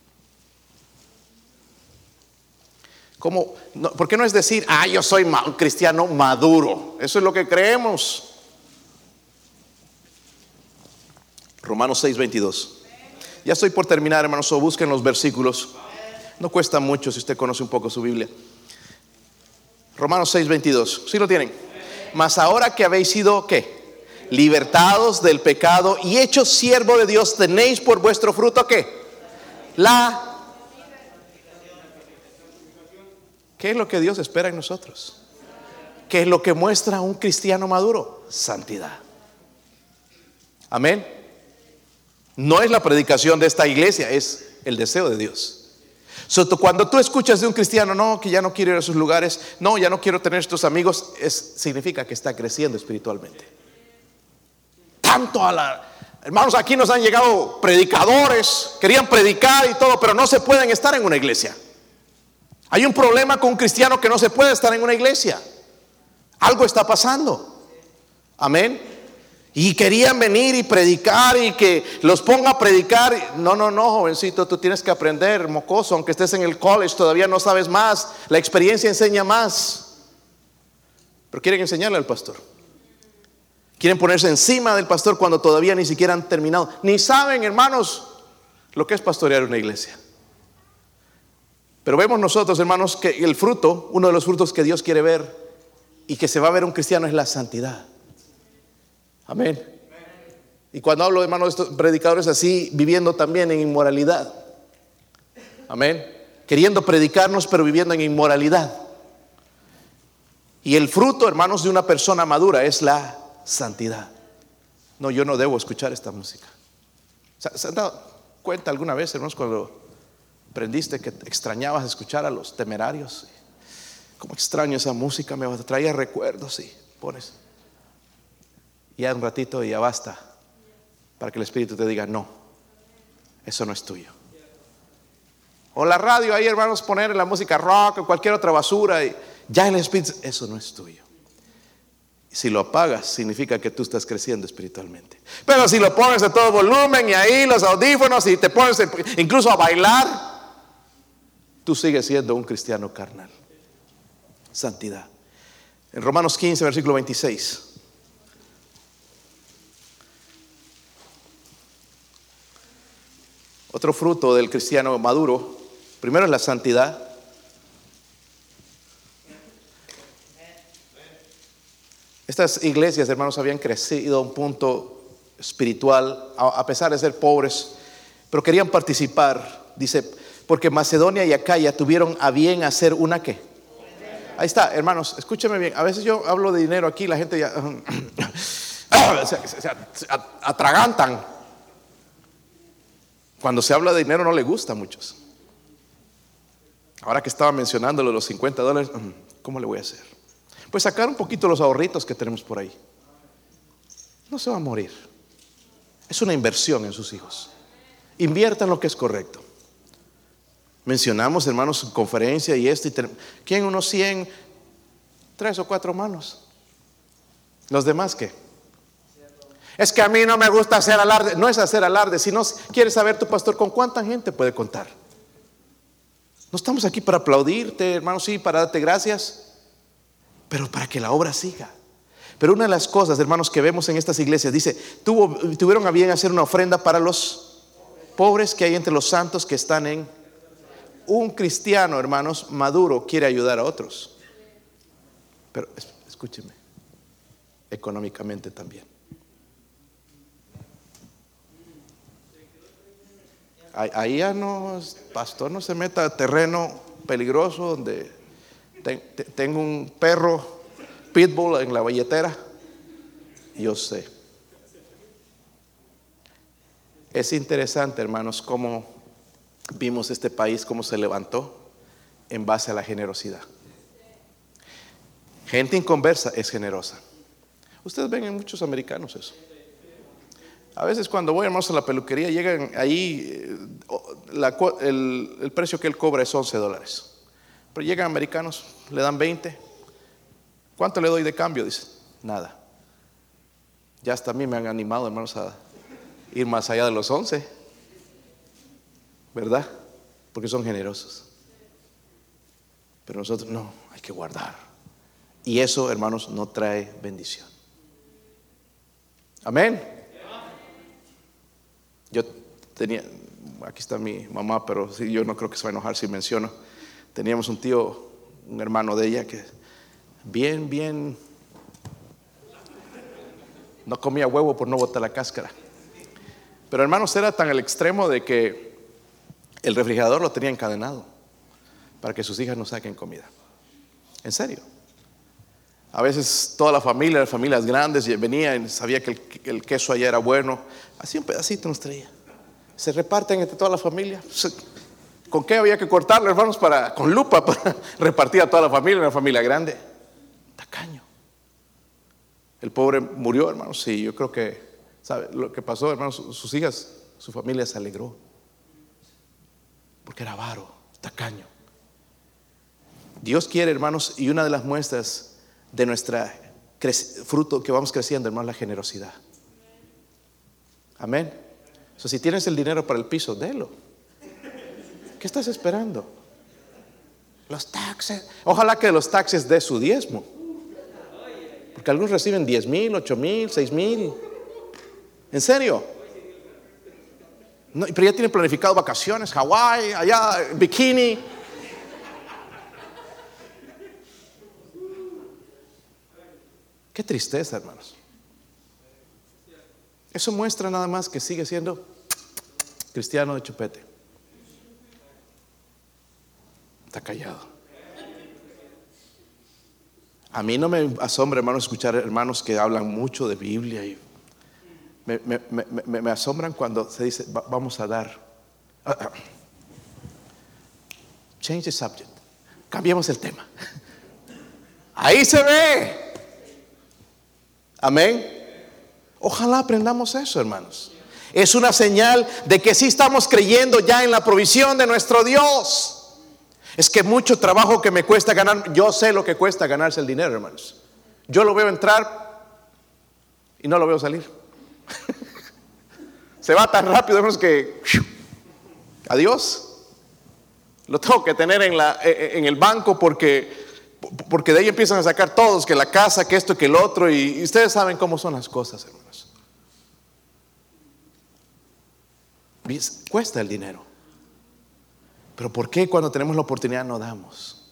¿Cómo? No, ¿por qué no es decir, ah, yo soy un cristiano maduro? Eso es lo que creemos. Romanos seis, veintidós. Ya estoy por terminar, hermanos, o busquen los versículos. No cuesta mucho si usted conoce un poco su Biblia. Romanos seis, veintidós. ¿Sí lo tienen? Mas ahora que habéis sido, ¿qué? Libertados del pecado y hechos siervo de Dios, tenéis por vuestro fruto, ¿qué? La... ¿Qué es lo que Dios espera en nosotros? ¿Qué es lo que muestra un cristiano maduro? Santidad. Amén. No es la predicación de esta iglesia, es el deseo de Dios. So, cuando tú escuchas de un cristiano, no, que ya no quiero ir a sus lugares, no, ya no quiero tener estos amigos, es, significa que está creciendo espiritualmente. Tanto a la... Hermanos, aquí nos han llegado predicadores, querían predicar y todo, pero no se pueden estar en una iglesia. Hay un problema con un cristiano que no se puede estar en una iglesia. Algo está pasando. Amén. Y querían venir y predicar y que los ponga a predicar. No, no, no, jovencito, tú tienes que aprender, mocoso, aunque estés en el college, todavía no sabes más. La experiencia enseña más. Pero quieren enseñarle al pastor. Quieren ponerse encima del pastor cuando todavía ni siquiera han terminado. Ni saben, hermanos, lo que es pastorear una iglesia. Pero vemos nosotros, hermanos, que el fruto, uno de los frutos que Dios quiere ver y que se va a ver un cristiano es la santidad. Amén. Y cuando hablo, hermanos, de estos predicadores así, viviendo también en inmoralidad. Amén. Queriendo predicarnos, pero viviendo en inmoralidad. Y el fruto, hermanos, de una persona madura es la santidad. No, yo no debo escuchar esta música. ¿Se han dado cuenta alguna vez, hermanos, cuando aprendiste que extrañabas escuchar a los Temerarios? Como extraño esa música, me traía recuerdos y pones. Y ya un ratito y ya basta para que el Espíritu te diga, no, eso no es tuyo. O la radio ahí, hermanos, poner la música rock o cualquier otra basura y ya el Espíritu, eso no es tuyo. Si lo apagas, significa que tú estás creciendo espiritualmente. Pero si lo pones a todo volumen y ahí los audífonos y te pones incluso a bailar, tú sigues siendo un cristiano carnal. Santidad. En Romanos quince, versículo veintiséis. Otro fruto del cristiano maduro, primero es la santidad. Estas iglesias, hermanos, habían crecido a un punto espiritual, a pesar de ser pobres, pero querían participar. Dice, porque Macedonia y Acaya tuvieron a bien hacer una ¿qué? Ahí está, hermanos, escúcheme bien. A veces yo hablo de dinero aquí, la gente ya se, se, se atragantan. Cuando se habla de dinero no le gusta a muchos. Ahora que estaba mencionando los cincuenta dólares, ¿cómo le voy a hacer? Pues sacar un poquito los ahorritos que tenemos por ahí. No se va a morir. Es una inversión en sus hijos. Inviertan lo que es correcto. Mencionamos, hermanos, en conferencia y esto. Y ten... ¿Quién? Unos cien, tres o cuatro manos. ¿Los demás qué? Es que a mí no me gusta hacer alarde. No es hacer alarde. Si no quieres saber tu pastor con cuánta gente puede contar. No estamos aquí para aplaudirte, hermanos, sí, para darte gracias, pero para que la obra siga. Pero una de las cosas, hermanos, que vemos en estas iglesias, dice, tuvo, tuvieron a bien hacer una ofrenda para los pobres que hay entre los santos que están en... Un cristiano, hermanos, maduro, quiere ayudar a otros. Pero escúcheme, económicamente también. Ahí ya no, pastor, no se meta a terreno peligroso donde te, te, tengo un perro pitbull en la billetera. Yo sé. Es interesante, hermanos, cómo vimos este país, cómo se levantó en base a la generosidad. Gente inconversa es generosa. Ustedes ven en muchos americanos eso. A veces cuando voy, hermanos, a la peluquería, llegan ahí, la, el, el precio que él cobra es once dólares. Pero llegan americanos, le dan veinte. ¿Cuánto le doy de cambio? Dice, nada. Ya hasta a mí me han animado, hermanos, a ir más allá de los once. ¿Verdad? Porque son generosos. Pero nosotros no, hay que guardar. Y eso, hermanos, no trae bendición. Amén. Yo tenía, aquí está mi mamá, pero sí, yo no creo que se va a enojar si menciono. Teníamos un tío, un hermano de ella que bien, bien, no comía huevo por no botar la cáscara. Pero hermanos, era tan al extremo de que el refrigerador lo tenía encadenado para que sus hijas no saquen comida. En serio. A veces toda la familia, las familias grandes, venía y sabía que el, el queso allá era bueno. Así un pedacito nos traía. Se reparten entre toda la familia. ¿Con qué había que cortarlo, hermanos? Para, con lupa para repartir a toda la familia, una familia grande. Tacaño. El pobre murió, hermanos. Sí, yo creo que, ¿sabe lo que pasó, hermanos? Sus hijas, su familia se alegró. Porque era avaro, tacaño. Dios quiere, hermanos, y una de las muestras de nuestra fruto que vamos creciendo, hermanos, la generosidad. Amén. O sea, si tienes el dinero para el piso, délo. ¿Qué estás esperando? Los taxes. Ojalá que los taxes dé su diezmo. Porque algunos reciben diez mil, ocho mil, seis mil. ¿En serio? No, pero ya tienen planificado vacaciones, Hawái, allá, bikini. Qué tristeza, hermanos. Eso muestra nada más que sigue siendo cristiano de chupete. Está callado. A mí no me asombra, hermanos, escuchar hermanos que hablan mucho de Biblia y me, me, me, me asombran cuando se dice vamos a dar. Change the subject. Cambiemos el tema. Ahí se ve. Amén. Ojalá aprendamos eso, hermanos. Es una señal de que sí estamos creyendo ya en la provisión de nuestro Dios. Es que mucho trabajo que me cuesta ganar. Yo sé lo que cuesta ganarse el dinero, hermanos. Yo lo veo entrar y no lo veo salir. Se va tan rápido, hermanos, que adiós. Lo tengo que tener en, la, en el banco porque Porque de ahí empiezan a sacar todos, que la casa, que esto, que el otro, y, y ustedes saben cómo son las cosas, hermanos. Cuesta el dinero. Pero ¿por qué cuando tenemos la oportunidad no damos?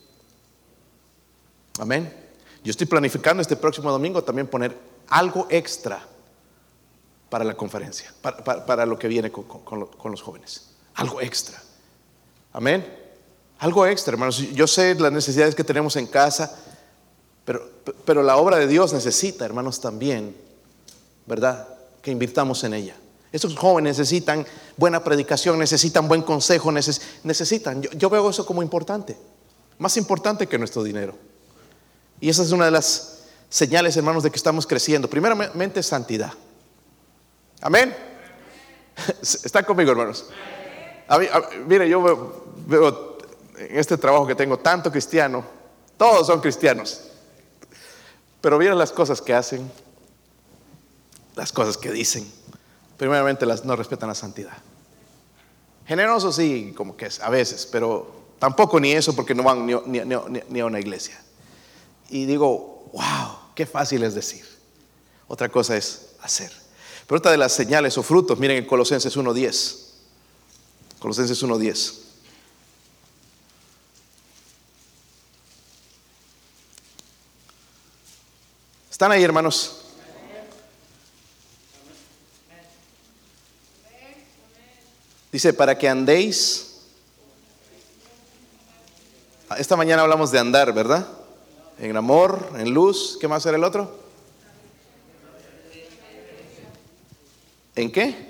Amén. Yo estoy planificando este próximo domingo también poner algo extra para la conferencia, para, para, para lo que viene con, con, con los jóvenes. Algo extra. Amén. Algo extra, hermanos. Yo sé las necesidades que tenemos en casa, pero, pero la obra de Dios necesita, hermanos, también, ¿verdad?, que invirtamos en ella. Estos jóvenes necesitan buena predicación, necesitan buen consejo, neces- necesitan. Yo, yo veo eso como importante, más importante que nuestro dinero. Y esa es una de las señales, hermanos, de que estamos creciendo. Primeramente, santidad. Amén. ¿Están conmigo, hermanos? A mí, a, mire, yo veo, veo en este trabajo que tengo tanto cristiano, todos son cristianos, pero miren las cosas que hacen, las cosas que dicen. Primeramente, las, no respetan la santidad. Generosos sí, como que es, a veces, pero tampoco ni eso, porque no van ni, ni, ni, ni a una iglesia. Y digo, wow, qué fácil es decir. Otra cosa es hacer. Pero otra de las señales o frutos, miren en Colosenses uno diez. Colosenses uno diez. ¿Están ahí, hermanos? Dice, para que andéis. Esta mañana hablamos de andar, ¿verdad? En amor, en luz. ¿Qué más era el otro? ¿En qué?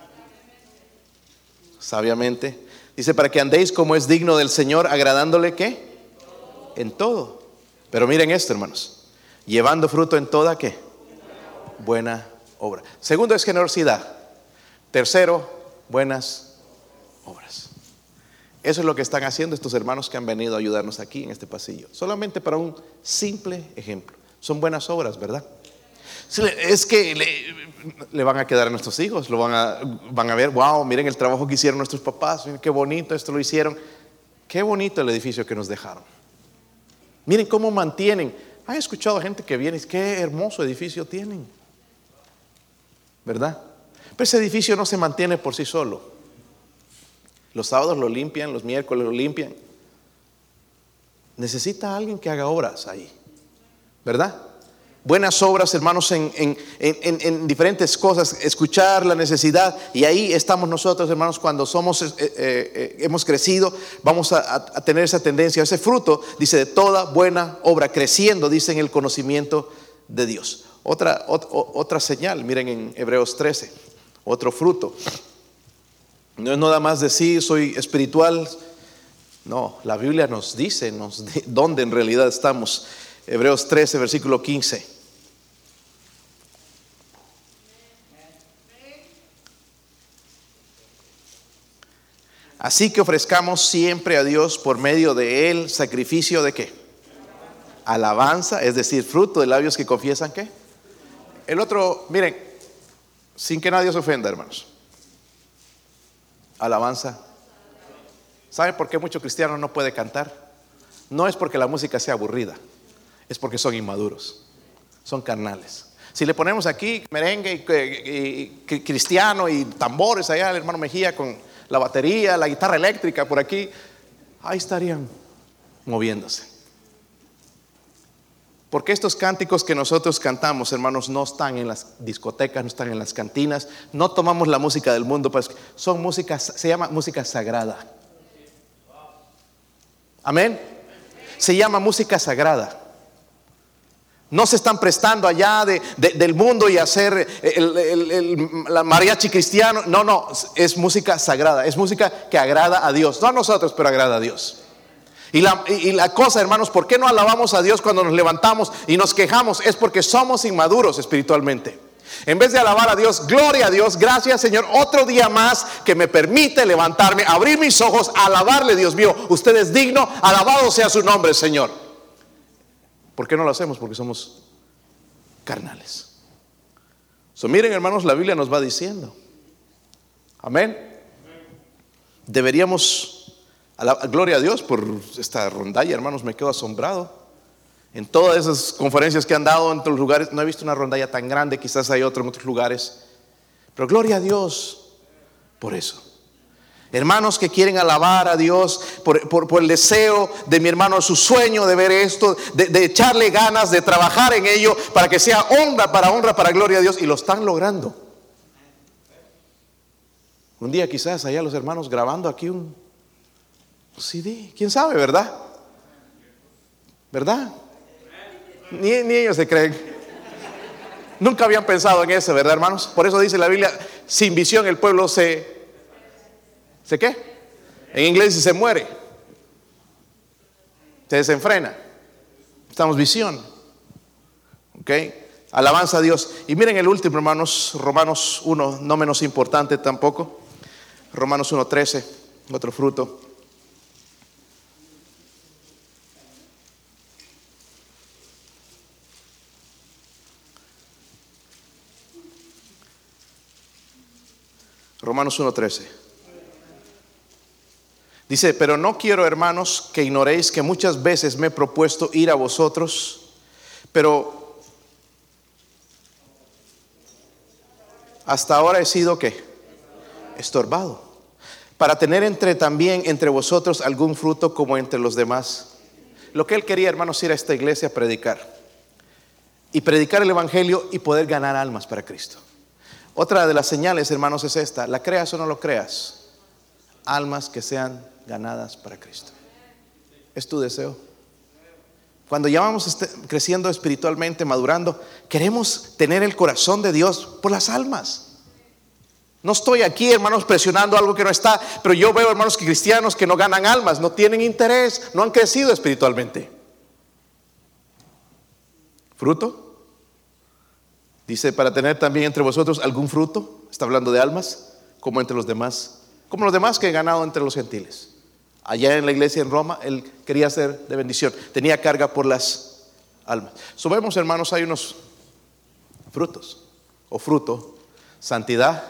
Sabiamente. Dice, para que andéis como es digno del Señor, agradándole, ¿qué? En todo. Pero miren esto, hermanos. Llevando fruto en toda, ¿qué? Buena obra. Segundo es generosidad. Tercero, buenas obras. Eso es lo que están haciendo estos hermanos que han venido a ayudarnos aquí en este pasillo. Solamente para un simple ejemplo. Son buenas obras, ¿verdad? Es que le, le van a quedar a nuestros hijos, lo van a, van a ver, wow, miren el trabajo que hicieron nuestros papás, miren qué bonito esto lo hicieron. Qué bonito el edificio que nos dejaron. Miren cómo mantienen. ¿Han escuchado gente que viene y dice, qué hermoso edificio tienen? ¿Verdad? Pero ese edificio no se mantiene por sí solo. Los sábados lo limpian, los miércoles lo limpian. Necesita alguien que haga obras ahí, ¿verdad? Buenas obras, hermanos, en, en, en, en diferentes cosas, escuchar la necesidad. Y ahí estamos nosotros, hermanos, cuando somos, eh, eh, hemos crecido, vamos a, a tener esa tendencia, ese fruto, dice, de toda buena obra, creciendo, dice, en el conocimiento de Dios. Otra, ot, otra señal, miren en Hebreos trece, otro fruto. No es nada más decir soy espiritual. No, la Biblia nos dice nos, de, dónde en realidad estamos. Hebreos trece, versículo quince. Así que ofrezcamos siempre a Dios por medio de Él sacrificio de ¿qué? Alabanza, es decir, fruto de labios que confiesan ¿qué? El otro, miren, sin que nadie se ofenda, hermanos. Alabanza. ¿Sabe por qué mucho cristiano no puede cantar? No es porque la música sea aburrida, es porque son inmaduros, son carnales. Si le ponemos aquí merengue y, y, y cristiano y tambores allá, el hermano Mejía con la batería, la guitarra eléctrica por aquí, ahí estarían moviéndose. Porque estos cánticos que nosotros cantamos, hermanos, no están en las discotecas, no están en las cantinas, no tomamos la música del mundo, pues son música, se llama música sagrada. Amén. Se llama música sagrada. No se están prestando allá de, de, del mundo y hacer el, el, el, el mariachi cristiano. No, no, es música sagrada, es música que agrada a Dios. No a nosotros, pero agrada a Dios. Y la, y la cosa, hermanos, ¿por qué no alabamos a Dios cuando nos levantamos y nos quejamos? Es porque somos inmaduros espiritualmente. En vez de alabar a Dios, gloria a Dios, gracias Señor, otro día más que me permite levantarme, abrir mis ojos, alabarle, Dios mío, usted es digno, alabado sea su nombre, Señor. ¿Por qué no lo hacemos? Porque somos carnales. So, miren, hermanos, la Biblia nos va diciendo, amén. Deberíamos, a la, gloria a Dios por esta rondalla, hermanos, me quedo asombrado. En todas esas conferencias que han dado en otros lugares, no he visto una rondalla tan grande, quizás hay otra en otros lugares, pero gloria a Dios por eso. Hermanos que quieren alabar a Dios por, por, por el deseo de mi hermano, su sueño de ver esto, de, de echarle ganas, de trabajar en ello para que sea honra para honra, para gloria a Dios, y lo están logrando. Un día quizás allá los hermanos grabando aquí un, C D, quién sabe, ¿verdad? ¿Verdad? Ni, ni ellos se creen. Nunca habían pensado en eso, ¿verdad, hermanos? Por eso dice la Biblia, sin visión el pueblo se... ¿Se qué? En inglés dice se muere. Se desenfrena. Estamos visión. ¿Ok? Alabanza a Dios. Y miren el último, hermanos, Romanos uno, no menos importante tampoco. Romanos uno trece, otro fruto. Romanos uno trece. Dice, pero no quiero, hermanos, que ignoréis que muchas veces me he propuesto ir a vosotros, pero hasta ahora he sido ¿qué? Estorbado, para tener entre también entre vosotros algún fruto como entre los demás. Lo que él quería, hermanos, ir a esta iglesia a predicar y predicar el evangelio y poder ganar almas para Cristo. Otra de las señales, hermanos, es esta: la creas o no lo creas, almas que sean ganadas para Cristo. ¿Es tu deseo? Cuando ya vamos este, creciendo espiritualmente, madurando, queremos tener el corazón de Dios por las almas. No estoy aquí, hermanos, presionando algo que no está, pero yo veo, hermanos, que cristianos que no ganan almas, no tienen interés, no han crecido espiritualmente. ¿Fruto? Dice, para tener también entre vosotros algún fruto. Está hablando de almas, como entre los demás, como los demás que he ganado entre los gentiles. Allá en la iglesia en Roma, él quería ser de bendición, tenía carga por las almas. So, vemos, hermanos, hay unos frutos o fruto: santidad.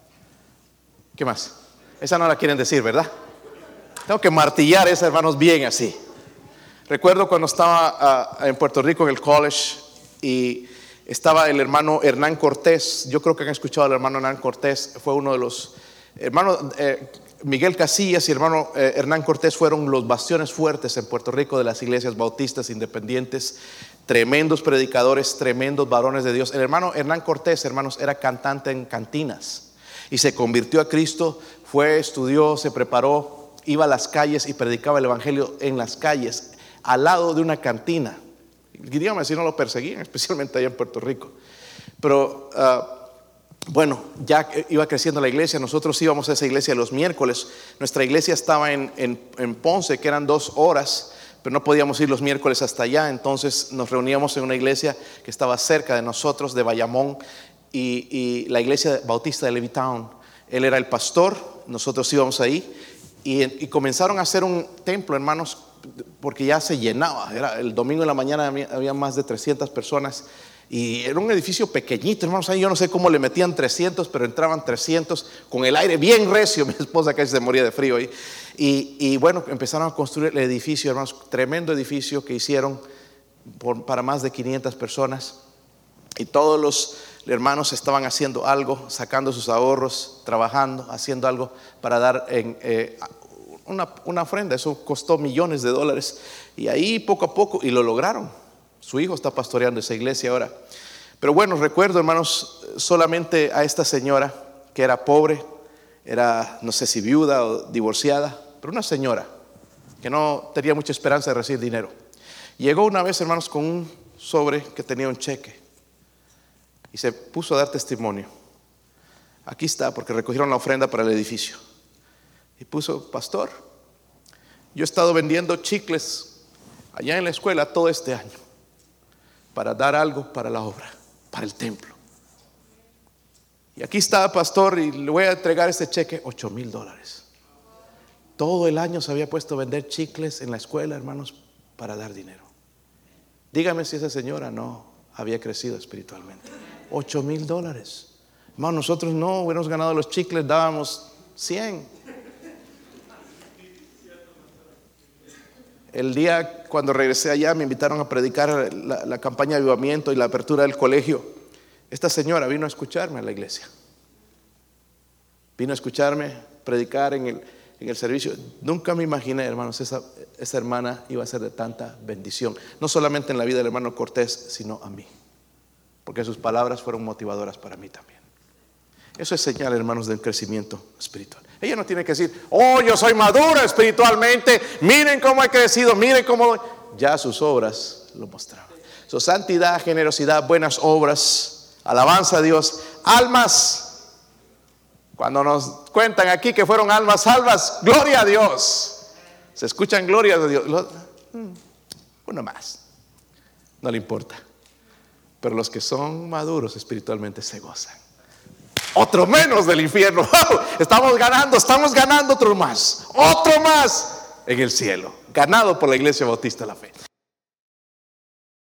¿Qué más? Esa no la quieren decir, ¿verdad? Tengo que martillar esa, hermanos, bien así. Recuerdo cuando estaba uh, en Puerto Rico en el college y estaba el hermano Hernán Cortés. Yo creo que han escuchado al hermano Hernán Cortés. Fue uno de los hermanos, eh, Miguel Casillas y hermano eh, Hernán Cortés fueron los bastiones fuertes en Puerto Rico de las iglesias bautistas independientes. Tremendos predicadores, tremendos varones de Dios. El hermano Hernán Cortés, hermanos, era cantante en cantinas y se convirtió a Cristo. Fue, estudió, se preparó, iba a las calles y predicaba el evangelio en las calles, al lado de una cantina. Y dígame si no lo perseguían, especialmente allá en Puerto Rico. Pero uh, bueno, ya iba creciendo la iglesia. Nosotros íbamos a esa iglesia los miércoles. Nuestra iglesia estaba en, en, en Ponce, que eran dos horas, pero no podíamos ir los miércoles hasta allá. Entonces nos reuníamos en una iglesia que estaba cerca de nosotros, de Bayamón, y, y la iglesia bautista de Levittown. Él era el pastor, nosotros íbamos ahí y, y comenzaron a hacer un templo, hermanos, porque ya se llenaba. Era el domingo en la mañana, había más de trescientas personas y era un edificio pequeñito, hermanos. Ahí yo no sé cómo le metían trescientos, pero entraban trescientos con el aire bien recio. Mi esposa casi se moría de frío ahí. Y, y bueno, empezaron a construir el edificio, hermanos, tremendo edificio que hicieron por, para más de quinientas personas. Y todos los hermanos estaban haciendo algo, sacando sus ahorros, trabajando, haciendo algo para dar en, eh, una, una ofrenda. Eso costó millones de dólares. Y ahí poco a poco, y lo lograron. Su hijo está pastoreando esa iglesia ahora. Pero bueno, recuerdo, hermanos, solamente a esta señora que era pobre, era no sé si viuda o divorciada, pero una señora que no tenía mucha esperanza de recibir dinero. Llegó una vez, hermanos, con un sobre que tenía un cheque y se puso a dar testimonio. Aquí está, porque recogieron la ofrenda para el edificio. Y puso: pastor, yo he estado vendiendo chicles allá en la escuela todo este año para dar algo para la obra, para el templo. Y aquí está, pastor, y le voy a entregar este cheque, ocho mil dólares. Todo el año se había puesto a vender chicles en la escuela, hermanos, para dar dinero. Dígame si esa señora no había crecido espiritualmente. Ocho mil dólares. Hermano, nosotros no hubiéramos ganado los chicles, dábamos cien. El día cuando regresé allá me invitaron a predicar la, la campaña de avivamiento y la apertura del colegio. Esta señora vino a escucharme a la iglesia. Vino a escucharme predicar en el, en el servicio. Nunca me imaginé, hermanos, esa, esa hermana iba a ser de tanta bendición. No solamente en la vida del hermano Cortés, sino a mí. Porque sus palabras fueron motivadoras para mí también. Eso es señal, hermanos, del crecimiento espiritual. Ella no tiene que decir, oh, yo soy madura espiritualmente, miren cómo he crecido, miren cómo... Ya sus obras lo mostraron. Su santidad, generosidad, buenas obras, alabanza a Dios, almas. Cuando nos cuentan aquí que fueron almas salvas, gloria a Dios. Se escuchan glorias de Dios. Uno más, no le importa. Pero los que son maduros espiritualmente se gozan. Otro menos del infierno. Estamos ganando, estamos ganando otro más. Otro más en el cielo. Ganado por la Iglesia Bautista de la Fe.